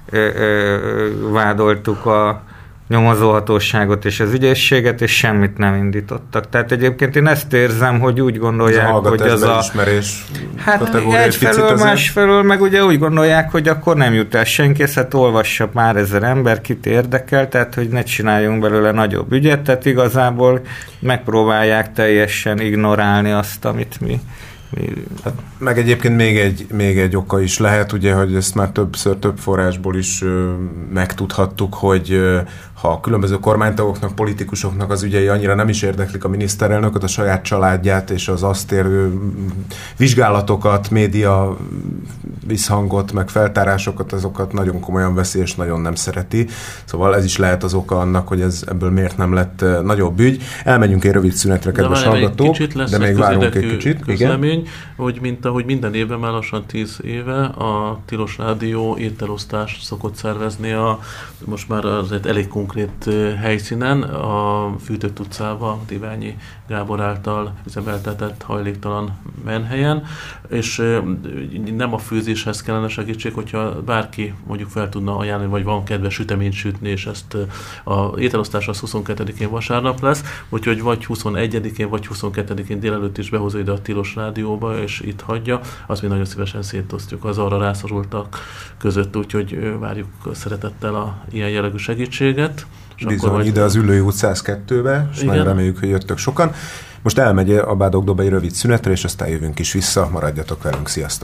vádoltuk a nyomozóhatóságot és az ügyészséget, és semmit nem indítottak. Tehát egyébként én ezt érzem, hogy úgy gondolják, hogy az a... Hát egyfelől, másfelől, meg ugye úgy gondolják, hogy akkor nem jut el senki, hát olvassa pár ezer ember, kit érdekel, tehát hogy ne csináljunk belőle nagyobb ügyet, tehát igazából megpróbálják teljesen ignorálni azt, amit mi. Hát, meg egyébként még egy oka is lehet, ugye, hogy ezt már több forrásból is megtudhattuk, hogy ha a különböző kormánytagoknak, politikusoknak az ügyei annyira nem is érdeklik a miniszterelnököt, a saját családját és az azt érő vizsgálatokat, média visszhangot, meg feltárásokat, azokat nagyon komolyan veszi és nagyon nem szereti. Szóval ez is lehet az oka annak, hogy ebből miért nem lett nagyobb ügy. Elmegyünk egy rövid szünetre, kedves hallgatók, de még várunk egy kicsit. Közlemény, hogy mint ahogy minden évben, már lassan 10 éve a Tilos Rádió ételosztást szokott szervezni most már azért elég konkrét helyszínen, a Fűtött utcában, Iványi Gábor által üzemeltetett hajléktalan menhelyen, és nem a főzéshez kellene segítség, hogyha bárki mondjuk fel tudna ajánlani, vagy van kedve süteményt sütni, és ezt a ételosztás az 22-én vasárnap lesz, úgyhogy vagy 21-én, vagy 22-én délelőtt is behozza ide a Tilos Rádióba, és itt hagyja, azt mi nagyon szívesen szétosztjuk az arra rászorultak között, úgyhogy várjuk szeretettel a ilyen jellegű segítséget. Bizony, ide az Üllői út 102-be, és nagyon reméljük, hogy jöttök sokan. Most elmegy a Bádogdoba egy rövid szünetre, és aztán jövünk is vissza, maradjatok velünk, sziasztok!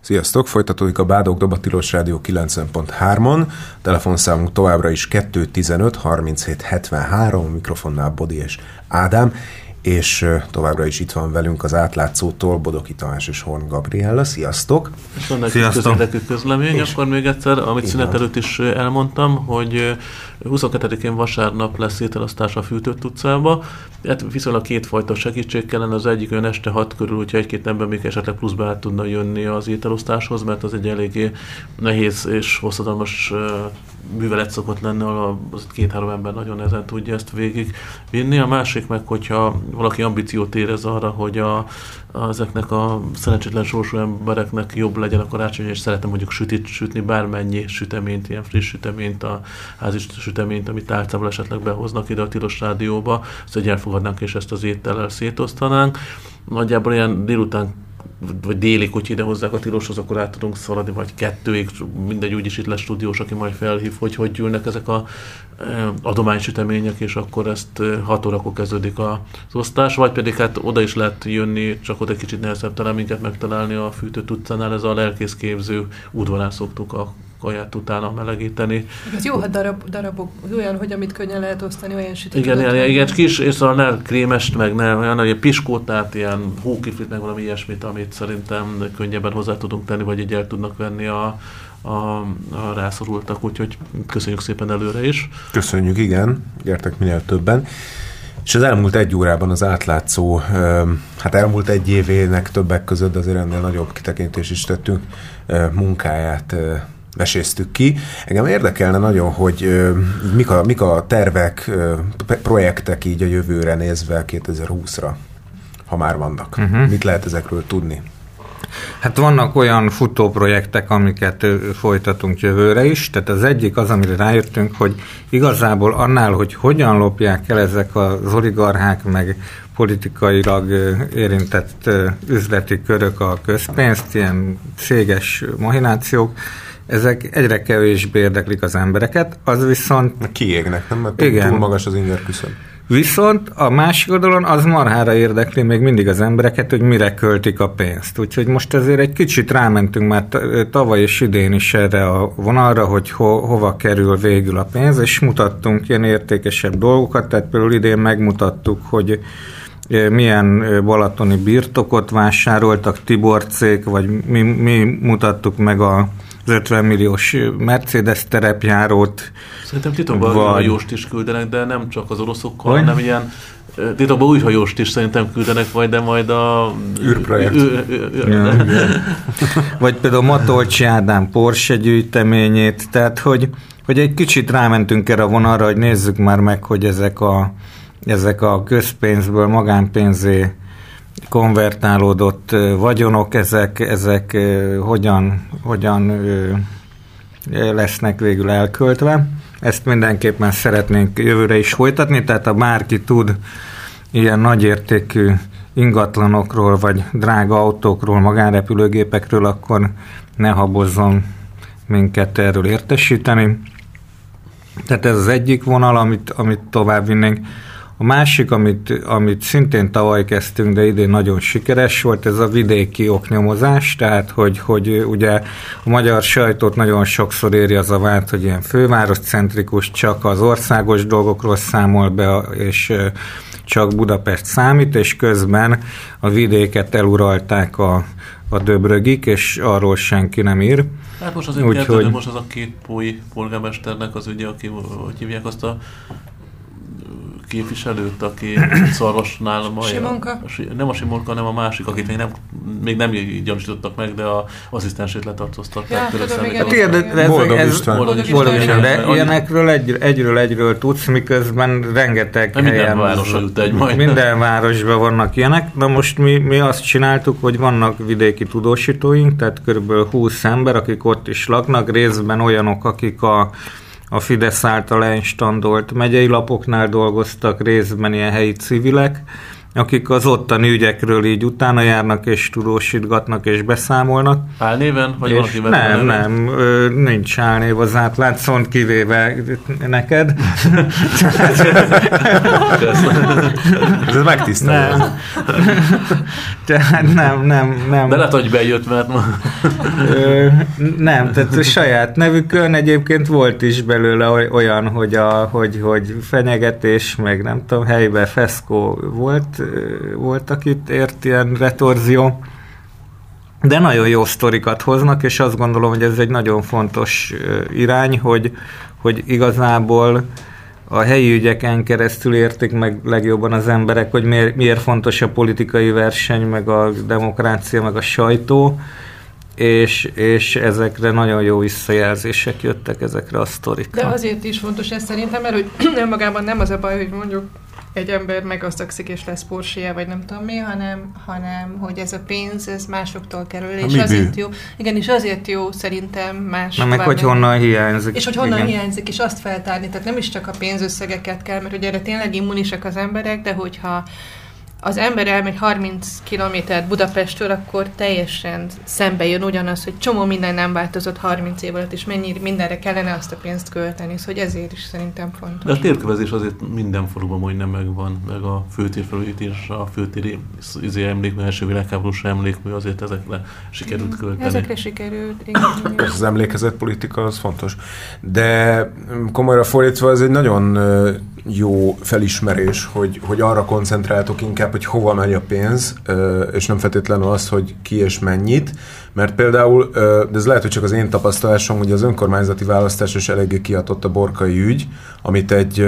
Sziasztok! Folytatódik a Bádog Dob a Tilos Rádió 90.3-on. Telefonszámunk továbbra is 215 37 73, a mikrofonnál Bodi és Ádám, és továbbra is itt van velünk az átlátszótól Bodoki Tamás és Horn Gabriella. Sziasztok! És van nekünk közérdekű közlemény, és akkor még egyszer, amit szünet előtt is elmondtam, hogy 22-én vasárnap lesz ételosztás a Fűtött utcába. Hát viszonylag kétfajta segítség kellene, az egyik olyan este 6 körül, hogyha egy-két ember még esetleg pluszba át tudna jönni az ételosztáshoz, mert az egy eléggé nehéz és hosszadalmas művelet szokott lenni, ahol az 2-3 ember nagyon nehezen tudja ezt végigvinni. A másik meg, hogyha valaki ambíciót érez arra, hogy ezeknek a szerencsétlen sorsú embereknek jobb legyen a karácsony, és szeretem mondjuk sütni bármennyi süteményt, ilyen friss süteményt, a házi süteményt, amit tálcával esetleg behoznak ide a Tilos Rádióba, azt egy elfogadnánk és ezt az étellel szétosztanánk. Nagyjából ilyen délután vagy délig, hogy ide hozzák a Tiloshoz, akkor át tudunk szaladni, vagy 2-ig, mindegy, úgyis itt lesz stúdiós, aki majd felhív, hogy gyűlnek ezek a adománysütemények, és akkor ezt 6 órakor kezdődik az osztás, vagy pedig hát oda is lehet jönni, csak oda egy kicsit nehezebb talán minket megtalálni a Fűtött utcánál, ez a lelkészképző udvarán szoktuk a kaját utána melegíteni. Ez jó, ha darabok, olyan, hogy amit könnyen lehet osztani, olyan sütítőt. Igen, kis, és szóval ne krémest, meg ne olyan, hogy piskótát, ilyen hókiflit, meg valami ilyesmit, amit szerintem könnyebben hozzá tudunk tenni, vagy így el tudnak venni a rászorultak, úgyhogy köszönjük szépen előre is. Köszönjük, igen, gyertek minél többen. És az elmúlt 1 órában az átlátszó, hát elmúlt 1 évének többek között, de azért ennél nagyobb kitekintést is tettünk, munkáját veséztük ki. Engem érdekelne nagyon, hogy mik a tervek, projektek így a jövőre nézve 2020-ra, ha már vannak. Mit lehet ezekről tudni? Hát vannak olyan futóprojektek, amiket folytatunk jövőre is, tehát az egyik az, amire rájöttünk, hogy igazából annál, hogy hogyan lopják el ezek az oligarchák, meg politikailag érintett üzleti körök a közpénzt, ilyen céges mahinációk, ezek egyre kevésbé érdeklik az embereket, az viszont... Kiégnek, nem? Mert túl magas az inger küszöb. Viszont a másik oldalon az marhára érdekli még mindig az embereket, hogy mire költik a pénzt. Úgyhogy most azért egy kicsit rámentünk már tavaly és idén is erre a vonalra, hogy hova kerül végül a pénz, és mutattunk ilyen értékesebb dolgokat, tehát például idén megmutattuk, hogy milyen balatoni birtokot vásároltak Tiborcék, vagy mi mutattuk meg az 50 milliós Mercedes terepjárót. Szerintem titokban hajóst is küldenek, de nem csak az oroszokkal, hanem ilyen titokban új hajóst is szerintem küldenek majd, de majd a... űrprojekt. Vagy például Matolcsi Ádám Porsche gyűjteményét, tehát hogy egy kicsit rámentünk erre a vonalra, hogy nézzük már meg, hogy ezek a közpénzből magánpénzé konvertálódott vagyonok, ezek hogyan lesznek végül elköltve. Ezt mindenképpen szeretnénk jövőre is folytatni, tehát ha bárki tud ilyen nagyértékű ingatlanokról, vagy drága autókról, magánrepülőgépekről, akkor ne habozzon minket erről értesíteni. Tehát ez az egyik vonal, amit tovább vinnénk. A másik, amit szintén tavaly kezdtünk, de idén nagyon sikeres volt, ez a vidéki oknyomozás, tehát hogy ugye a magyar sajtót nagyon sokszor éri az a vád, hogy ilyen fővároscentrikus, csak az országos dolgokról számol be, és csak Budapest számít, és közben a vidéket eluralták a döbrögik, és arról senki nem ír. Hát most azért kérdezem, most az a 2 pói polgármesternek az ügye, aki, hogy hívják azt a képviselőt, aki Szarvasnál majd... Simonka? Nem a Simonka, hanem a másik, akit még nem gyanúsítottak meg, de az asszisztensét letartóztatták. Boldog István. De ilyenekről egyről tudsz, miközben rengeteg helyen... Minden városban vannak ilyenek. Na most mi azt csináltuk, hogy vannak vidéki tudósítóink, tehát kb. 20 ember, akik ott is laknak, részben olyanok, akik a Fidesz által einstandolt megyei lapoknál dolgoztak, részben ilyen helyi civilek, akik az ottani ügyekről így utána járnak, és tudósítgatnak, és beszámolnak. Álnéven? Vagy valakivel? Nem, nincs álnév az átlátszón, kivéve neked. Ez megtisztelő. Tehát nem. De lehet, hogy bejött, mert ma... Nem, tehát a saját nevükön egyébként volt is belőle olyan, hogy fenyegetés, meg nem tudom, helyben feszkó volt, akit ért ilyen retorzió. De nagyon jó sztorikat hoznak, és azt gondolom, hogy ez egy nagyon fontos irány, hogy igazából a helyi ügyeken keresztül értik meg legjobban az emberek, hogy miért fontos a politikai verseny, meg a demokrácia, meg a sajtó, és ezekre nagyon jó visszajelzések jöttek ezekre a sztorikra. De azért is fontos ez szerintem, mert hogy önmagában nem az a baj, hogy mondjuk egy ember meggazdagszik és lesz Porsche-je, vagy nem tudom mi, hanem hogy ez a pénz, ez másoktól kerül, és azért jó. Igen, és azért jó szerintem más. Na meg hogy honnan hiányzik. És hogy honnan hiányzik, és azt feltárni, tehát nem is csak a pénzösszegeket kell, mert ugye erre tényleg immunisak az emberek, de hogyha az ember elmegy 30 kilométert Budapestről, akkor teljesen szembe jön ugyanaz, hogy csomó minden nem változott 30 év alatt, és mennyi mindenre kellene azt a pénzt költeni, szóval ezért is szerintem fontos. De a térkövezés azért minden faluban majdnem megvan, meg a főtérfelújítás, a főtéri emlékmű, első világháborús emlékmű, azért ezekre sikerült költeni. Ezekre sikerült, igen. Az emlékezetpolitika az fontos. De komolyra fordítva ez egy nagyon jó felismerés, hogy arra koncentráltok inkább, hogy hova megy a pénz, és nem feltétlenül az, hogy ki és mennyit, mert például, de ez lehet, hogy csak az én tapasztalásom, hogy az önkormányzati választásos eléggé kiadott a Borkai ügy, amit egy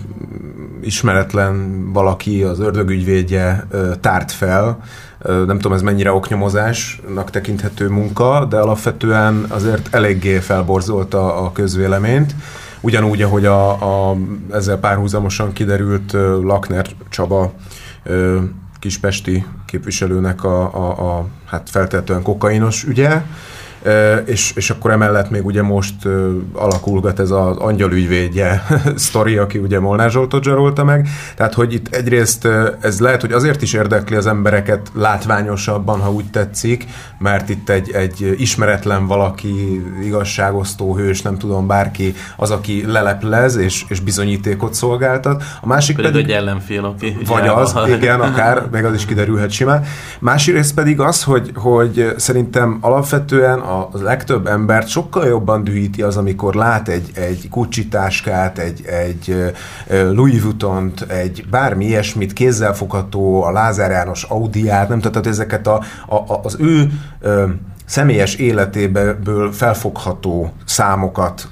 ismeretlen valaki, az ördögügyvédje tárt fel. Nem tudom, ez mennyire oknyomozásnak tekinthető munka, de alapvetően azért eléggé felborzolta a közvéleményt. Ugyanúgy, ahogy ezzel párhuzamosan kiderült Lakner Csaba kispesti képviselőnek hát feltétlenül kokainos ügye, és akkor emellett még ugye most alakulgat ez az angyalügyvédje sztori, aki ugye Molnár Zsoltot zsarolta meg. Tehát, hogy itt egyrészt ez lehet, hogy azért is érdekli az embereket látványosabban, ha úgy tetszik, mert itt egy ismeretlen valaki, igazságosztó hős, nem tudom, bárki az, aki leleplez és bizonyítékot szolgáltat. A másik pedig egy ellenfél, aki... Vagy az, igen, akár, meg az is kiderülhet simán. Másrészt pedig az, hogy szerintem alapvetően a legtöbb embert sokkal jobban dühíti az, amikor lát egy Gucci táskát, egy Louis Vuittont, egy bármi ilyesmit, kézzelfogható, a Lázár János Audiát, nem tehát ezeket az ő személyes életéből felfogható számokat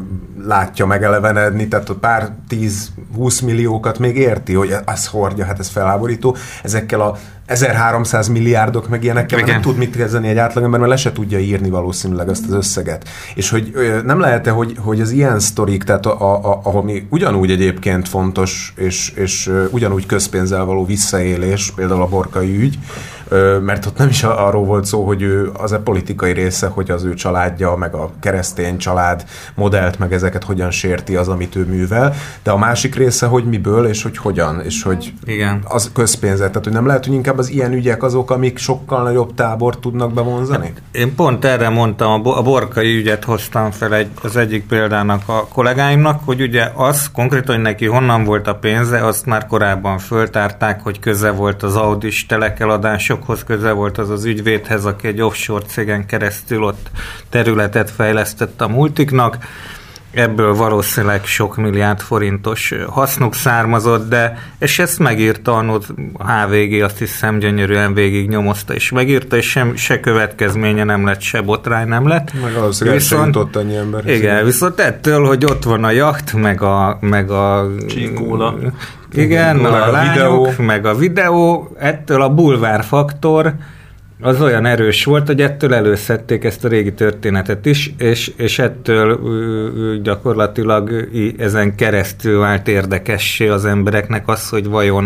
látja megelevenedni, tehát a pár 10-20 milliókat még érti, hogy ez hordja, hát ez felháborító. Ezekkel a 1300 milliárdok meg ilyenekkel nem tud mit kezdeni egy átlagember, mert le se tudja írni valószínűleg ezt az összeget. És hogy nem lehet-e, hogy az ilyen sztorik, tehát ami ugyanúgy egyébként fontos, és ugyanúgy közpénzzel való visszaélés, például a Borkai ügy, mert ott nem is arról volt szó, hogy ő az a politikai része, hogy az ő családja, meg a keresztény család modellt, meg ezeket hogyan sérti az, amit ő művel, de a másik része, hogy miből, és hogy hogyan, és hogy igen. Az közpénzet. Tehát, hogy nem lehet, hogy inkább az ilyen ügyek azok, amik sokkal nagyobb tábort tudnak bevonzani? Hát, én pont erre mondtam, a Borkai ügyet hoztam fel az egyik példának a kollégáimnak, hogy ugye az konkrétan, hogy neki honnan volt a pénze, azt már korábban föltárták, hogy köze volt az Audis telekeladásokhoz, köze volt az ügyvédhez, aki egy offshore cégen keresztül ott területet fejlesztett a multiknak. Ebből valószínűleg sok milliárd forintos hasznuk származott, és ezt megírta a HVG, azt hiszem gyönyörűen végig nyomozta, és megírta, és se következménye nem lett, se botrány nem lett. Meg valószínűleg viszont jutott annyi ember. Igen, viszont ettől, hogy ott van a jacht, meg a Csíkóla. Igen, meg a lányok, meg a videó, ettől a bulvárfaktor az olyan erős volt, hogy ettől előszedték ezt a régi történetet is, és ettől gyakorlatilag ezen keresztül vált érdekessé az embereknek az, hogy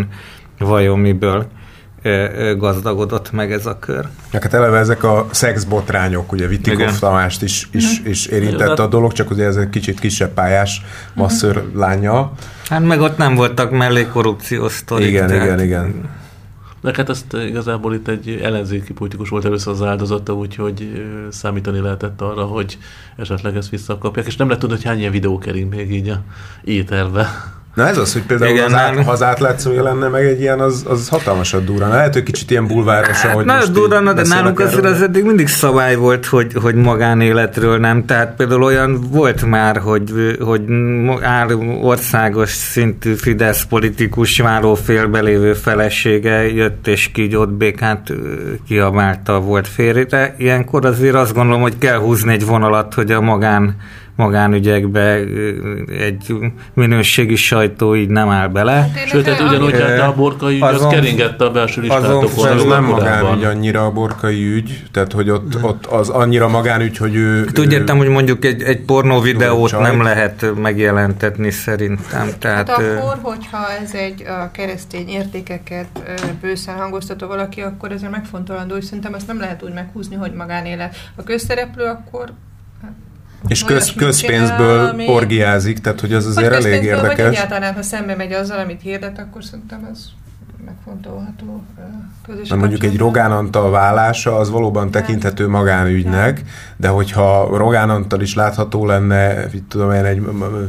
vajon miből gazdagodott meg ez a kör. Hát eleve ezek a szexbotrányok, ugye Vitikov Tamást is érintette a dolog, csak ugye ez egy kicsit kisebb pályás masszőr lánya. Hát meg ott nem voltak mellé korrupciós sztorik. Igen. De hát ezt igazából itt egy ellenzéki politikus volt először az áldozata, úgyhogy számítani lehetett arra, hogy esetleg ezt visszakapják, és nem lehet tudni, hogy hány ilyen videó kering még így a éterbe. Na ez az, hogy például igen, ha az átlátszója lenne meg egy ilyen, az hatalmasat durran. Lehet, hogy kicsit ilyen bulvárosan, hogy most durran, de nálunk azért az eddig mindig szabály volt, hogy magánéletről nem. Tehát például olyan volt már, hogy országos szintű Fidesz politikus várófélbe lévő felesége jött és kígyót békát kiabálta, volt félre. Ilyenkor azért azt gondolom, hogy kell húzni egy vonalat, hogy a magánügyekbe egy minőségi sajtó így nem áll bele. Sőt, hát ugyanúgy a Borkai ügy, az keringette a belső listátokon. Ez nem magánügy annyira a Borkai ügy, tehát hogy ott az annyira magánügy, hogy ő... Úgy értem, hogy mondjuk egy pornó videót nem lehet megjelentetni szerintem. Tehát, hát akkor, hogyha ez egy a keresztény értékeket bőszen hangoztató valaki, akkor ezzel megfontolandó, és szerintem ezt nem lehet úgy meghúzni, hogy magánélet. A közszereplő akkor... És közpénzből orgiázik, tehát hogy az azért elég érdekes. Vagy egyáltalán, ha szembe megy azzal, amit hirdet, akkor szerintem ez megfontolható közös. Mondjuk egy Rogán Antal vállása, az valóban tekinthető magánügynek, de hogyha Rogán Antal is látható lenne, tudom én, egy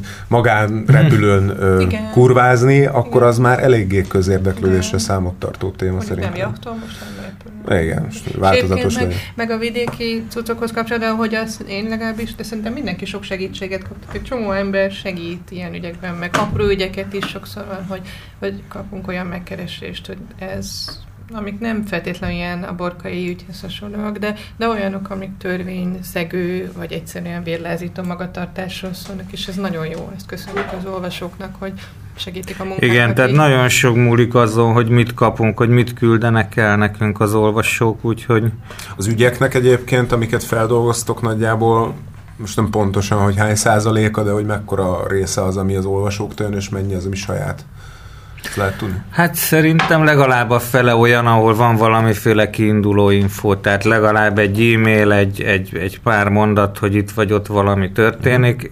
magánrepülőn kurvázni, akkor az már eléggé közérdeklődésre számot tartó téma szerintem. Nem jachtom, most nem repülő. Igen, változatos legyen. Meg a vidéki cuccokhoz kapcsolatban, hogy az én legalábbis, de szerintem mindenki sok segítséget kap. Egy csomó ember segít ilyen ügyekben, meg apró ügyeket is sokszor van, hogy kapunk olyan megkeresést, hogy ez, amik nem feltétlenül ilyen a Borkai ügyhez hasonlóak, de olyanok, amik törvényszegő, vagy egyszerűen vérlázító magatartásról szólnak, és ez nagyon jó. Ezt köszönjük az olvasóknak, hogy segítik a munkákat. Igen, tehát nagyon sok múlik azon, hogy mit kapunk, hogy mit küldenek el nekünk az olvasók, úgyhogy... Az ügyeknek egyébként, amiket feldolgoztok nagyjából, most nem pontosan, hogy hány százaléka, de hogy mekkora része az, ami az olvasóktól jön, és mennyi az, ami saját. Ezt lehet tudni? Hát szerintem legalább a fele olyan, ahol van valamiféle kiinduló info, tehát legalább egy e-mail, egy pár mondat, hogy itt vagy ott valami történik,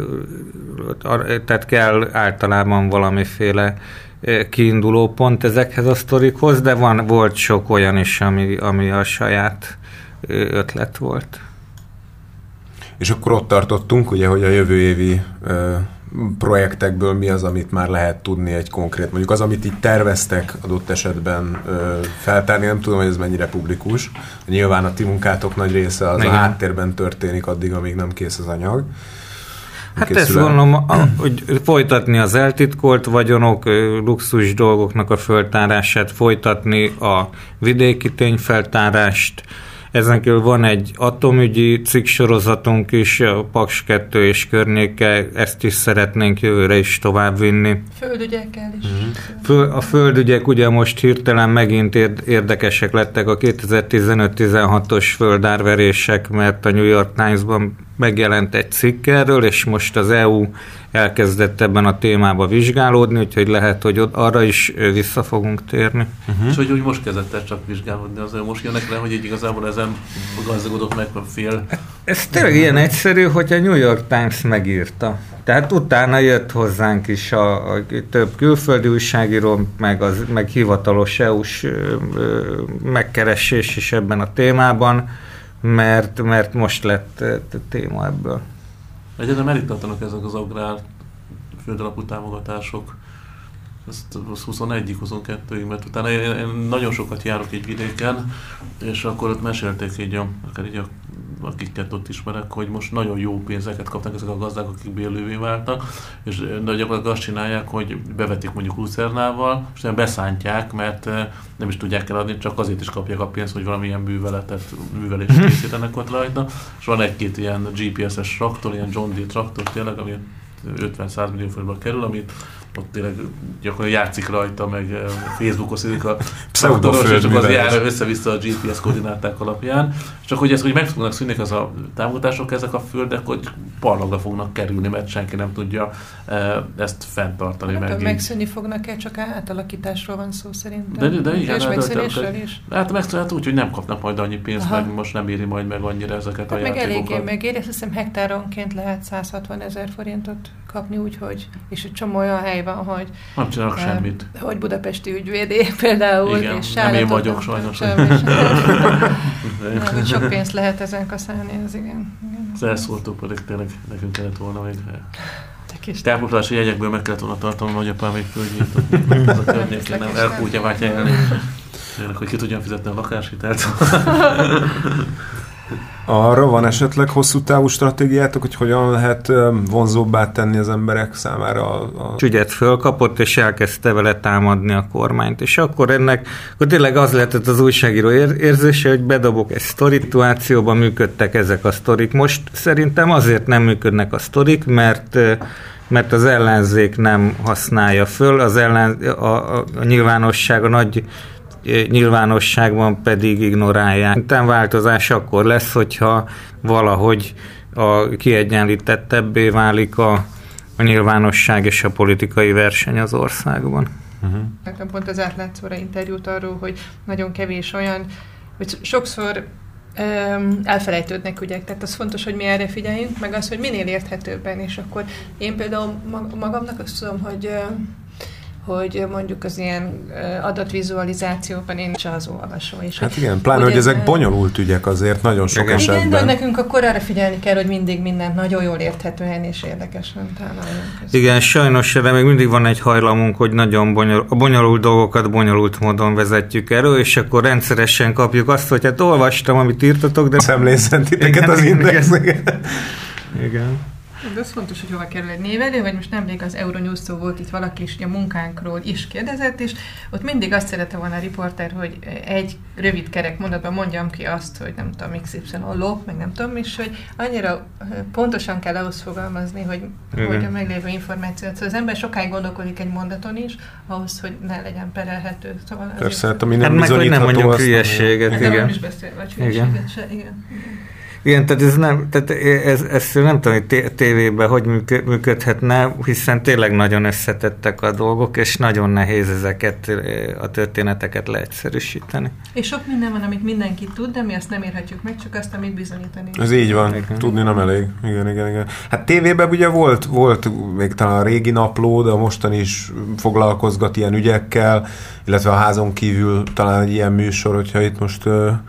tehát kell általában valamiféle kiinduló pont ezekhez a sztorikhoz, de volt sok olyan is, ami a saját ötlet volt. És akkor ott tartottunk, ugye, hogy a jövő évi projektekből mi az, amit már lehet tudni egy konkrét, mondjuk az, amit itt terveztek adott esetben feltárni, nem tudom, hogy ez mennyire publikus. Nyilván a ti munkátok nagy része az a háttérben történik addig, amíg nem kész az anyag. Hát ezt gondolom, hogy folytatni az eltitkolt vagyonok, luxus dolgoknak a föltárását, folytatni a vidéki tényfeltárást. Ezen kívül van egy atomügyi cikksorozatunk is, a Paks 2 és környéke, ezt is szeretnénk jövőre is továbbvinni. Földügyekkel is. A földügyek ugye most hirtelen megint érdekesek lettek a 2015-16-os földárverések, mert a New York Times-ban megjelent egy cikk erről, és most az EU elkezdett ebben a témába vizsgálódni, úgyhogy lehet, hogy arra is vissza fogunk térni. És hogy most kezdett el csak vizsgálódni, azért most jönnek le, hogy így igazából ezen gazdagodott meg a fél. Ez tényleg ilyen egyszerű, hogy a New York Times megírta. Tehát utána jött hozzánk is a több külföldi újságíró, meg hivatalos EU-s megkeresés is ebben a témában, mert most lett téma ebből. Egyetem meddig tartanak ezek az agrár földalapú támogatások? Ezt 21-ig, 22-ig, mert utána én nagyon sokat járok egy vidéken, és akkor ott mesélték így, akár így akiket ott ismerek, hogy most nagyon jó pénzeket kapnak ezek a gazdák, akik bérlővé váltak, és gyakorlatilag azt csinálják, hogy bevetik mondjuk lucernával, és nem beszántják, mert nem is tudják eladni, csak azért is kapják a pénzt, hogy valamilyen művelést készítenek ott rajta, és van egy-két ilyen GPS-es traktor, ilyen John Deere traktor tényleg, ami 50-100 millió forintba kerül, amit ott tényleg gyakorlatilag játszik rajta, meg Facebookon szélik a traktoros, és az jár össze-vissza a GPS koordináták alapján. Csak hogy ez, hogy meg fognak szűnni az a támogatások, ezek a földek, hogy parlagra fognak kerülni, mert senki nem tudja ezt fenntartani. Hát, megszűnni fognak-e, csak átalakításról van szó szerintem. De igen, hát megszűnhet úgy, hogy nem kapnak majd annyi pénzt, meg most nem éri majd meg annyira ezeket a játékokat. Meg eléggé megéri, azt hiszem hektáronként lehet 160 000 forintot kapni úgy, hogy, és egy csomó olyan hely van, hogy nem csinálok semmit. Hogy budapesti ügyvédé például, igen, és nem én vagyok sajnos. Sok pénzt lehet ezen kaszálni, az igen. Az elszóltuk, pedig tényleg nekünk kellett volna még távoklási jegyekből meg kellett volna tartani, nagyapám még földjét, az a környékén nem elkútja vágyálni. Hogy ki tudjam fizetni a lakáshitelt. Arra van esetleg hosszú távú stratégiátok, hogy hogyan lehet vonzóbbá tenni az emberek számára a ügyet fölkapott, és elkezdte vele támadni a kormányt. És akkor tényleg az lehetett az újságíró érzése, hogy bedobok egy sztorit, szituációban működtek ezek a sztorik. Most szerintem azért nem működnek a sztorik, mert az ellenzék nem használja föl, a nyilvánosság, a nagy nyilvánosságban pedig ignorálják. Utána változás akkor lesz, hogyha valahogy kiegyenlítettebbé válik a nyilvánosság és a politikai verseny az országban. Nekem pont az átlátszóra interjút arról, hogy nagyon kevés olyan, hogy sokszor elfelejtődnek ügyek, tehát az fontos, hogy mi erre figyeljünk, meg az, hogy minél érthetőbben, és akkor én például magamnak azt tudom, hogy mondjuk az ilyen adatvizualizációban én sem az olvasó. És hát igen, pláne, hogy ezek bonyolult ügyek azért nagyon sok esetben. Igen, de nekünk akkor arra figyelni kell, hogy mindig mindent nagyon jól érthetően és érdekesen támoljunk. Igen, sajnos erre még mindig van egy hajlamunk, hogy nagyon a bonyolult dolgokat bonyolult módon vezetjük elő, és akkor rendszeresen kapjuk azt, hogy hát olvastam, amit írtatok, de... Szemlészen titeket az Index. Igen. De az fontos, hogy hova kerül egy névelő, vagy most nemrég az Euronews szó volt itt valaki is, a munkánkról is kérdezett, és ott mindig azt szerette volna a riporter, hogy egy rövid kerek mondatban mondjam ki azt, hogy nem tudom, XY lop, meg nem tudom, és hogy annyira pontosan kell ahhoz fogalmazni, hogy a meglévő információt. Szóval az ember sokáig gondolkodik egy mondaton is, ahhoz, hogy ne legyen perelhető. Szóval persze, hát ami nem bizonyítható, nem mondjuk hülyeséget, igen. Nem is beszél, vagy hülyeséget se, igen. Igen, tehát ez nem tudom, hogy tévében hogy működhetne, hiszen tényleg nagyon összetettek a dolgok, és nagyon nehéz ezeket a történeteket leegyszerűsíteni. És sok minden van, amit mindenki tud, de mi azt nem érhetjük meg, csak azt, amit bizonyítani. Ez így van, tudni nem elég. Igen. Hát tévében ugye volt még talán a régi napló, de a mostan is foglalkozgat ilyen ügyekkel, illetve a házon kívül talán egy ilyen műsor, hogyha itt most...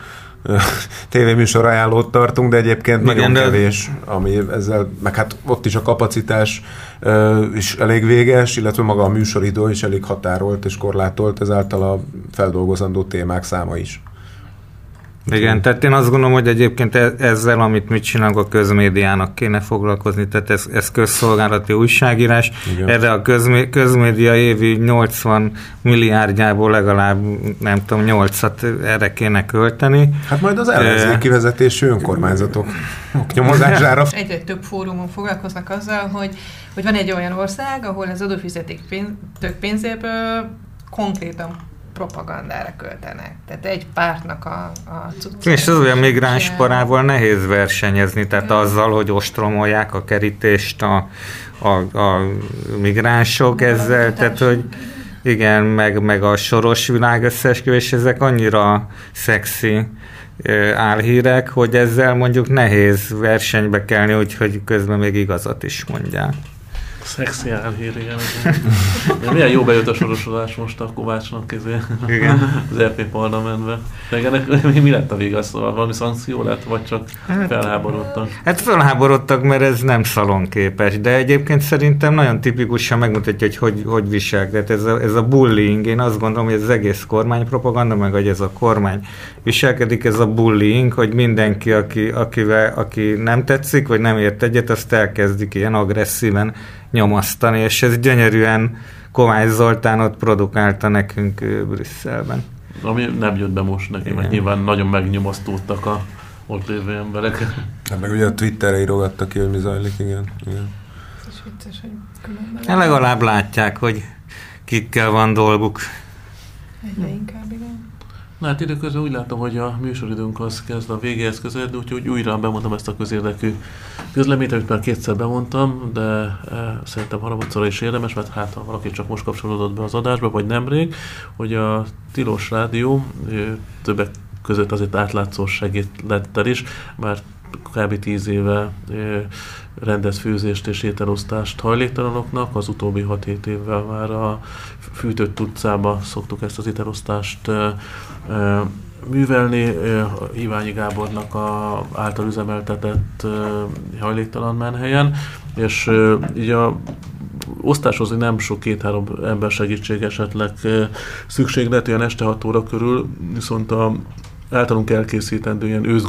tévéműsor ajánlót tartunk, de egyébként nagyon kevés, ami ezzel, meg hát ott is a kapacitás is elég véges, illetve maga a műsoridő is elég határolt és korlátolt, ezáltal a feldolgozandó témák száma is. Igen, tehát én azt gondolom, hogy egyébként ezzel, amit mit csinálunk, a közmédiának kéne foglalkozni, tehát ez közszolgálati újságírás. Igen. Erre a közmédia évi 80 milliárdjából legalább, nem tudom, 8-at erre kéne költeni. Hát majd az ellenzéki vezetésű önkormányzatok nyomozására. Egyre több fórumon foglalkoznak azzal, hogy van egy olyan ország, ahol az adófizeték pénzéből konkrétan propagandára költenek. Tehát egy pártnak a cuccát. És az olyan migráns parával nehéz versenyezni, tehát azzal, hogy ostromolják a kerítést a migránsok ezzel, tehát hogy igen, meg a Soros világösszeesküvés, ezek annyira szexi álhírek, hogy ezzel mondjuk nehéz versenybe kelni, úgyhogy közben még igazat is mondják. Szexi álhír, igen. De milyen jó bejött a sorosodás most a Kovácsnak az RP parlamentbe. Mi lett a vége, szóval valami szankció lett, vagy csak felháborodtak? Hát felháborodtak, mert ez nem szalonképes, de egyébként szerintem nagyon tipikusan megmutatja, hogy viselkedett. Ez a bullying, én azt gondolom, hogy ez az egész kormánypropaganda, meg hogy ez a kormány viselkedik, ez a bullying, hogy mindenki, aki nem tetszik, vagy nem ért egyet, azt elkezdik ilyen agresszíven nyomasztani, és ez gyönyörűen Kovács Zoltán ott produkálta nekünk Brüsszelben. Ami nem jött be most neki, mert nyilván nagyon megnyomasztódtak a ott lévő emberek. Hát meg ugye a Twitterre írogatta ki, hogy mi zajlik, igen. Ez is vicces, hogy különben... Legalább látják, hogy kikkel van dolguk. Egyre inkább, igen. Na hát időközben úgy látom, hogy a műsoridőnk az kezd a végéhez közeledni, úgyhogy újra bemondtam ezt a közérdekű közleményt, amit már kétszer bemondtam, de szerintem harmadszorra is érdemes, mert hát ha valaki csak most kapcsolódott be az adásba, vagy nemrég, hogy a Tilos Rádió többek között azért átlátszó segítlettel is, mert kb. 10 éve rendez főzést és ételosztást hajléktalanoknak, az utóbbi 6-7 évvel már a Fűtött utcába szoktuk ezt az ételosztást művelni. Iványi Gábornak által üzemeltetett hajléktalan menhelyen, és így osztáshozni nem sok, 2-3 ember segítség esetleg szükség lehet, olyan este 6 óra körül, viszont általunk elkészítendő ilyen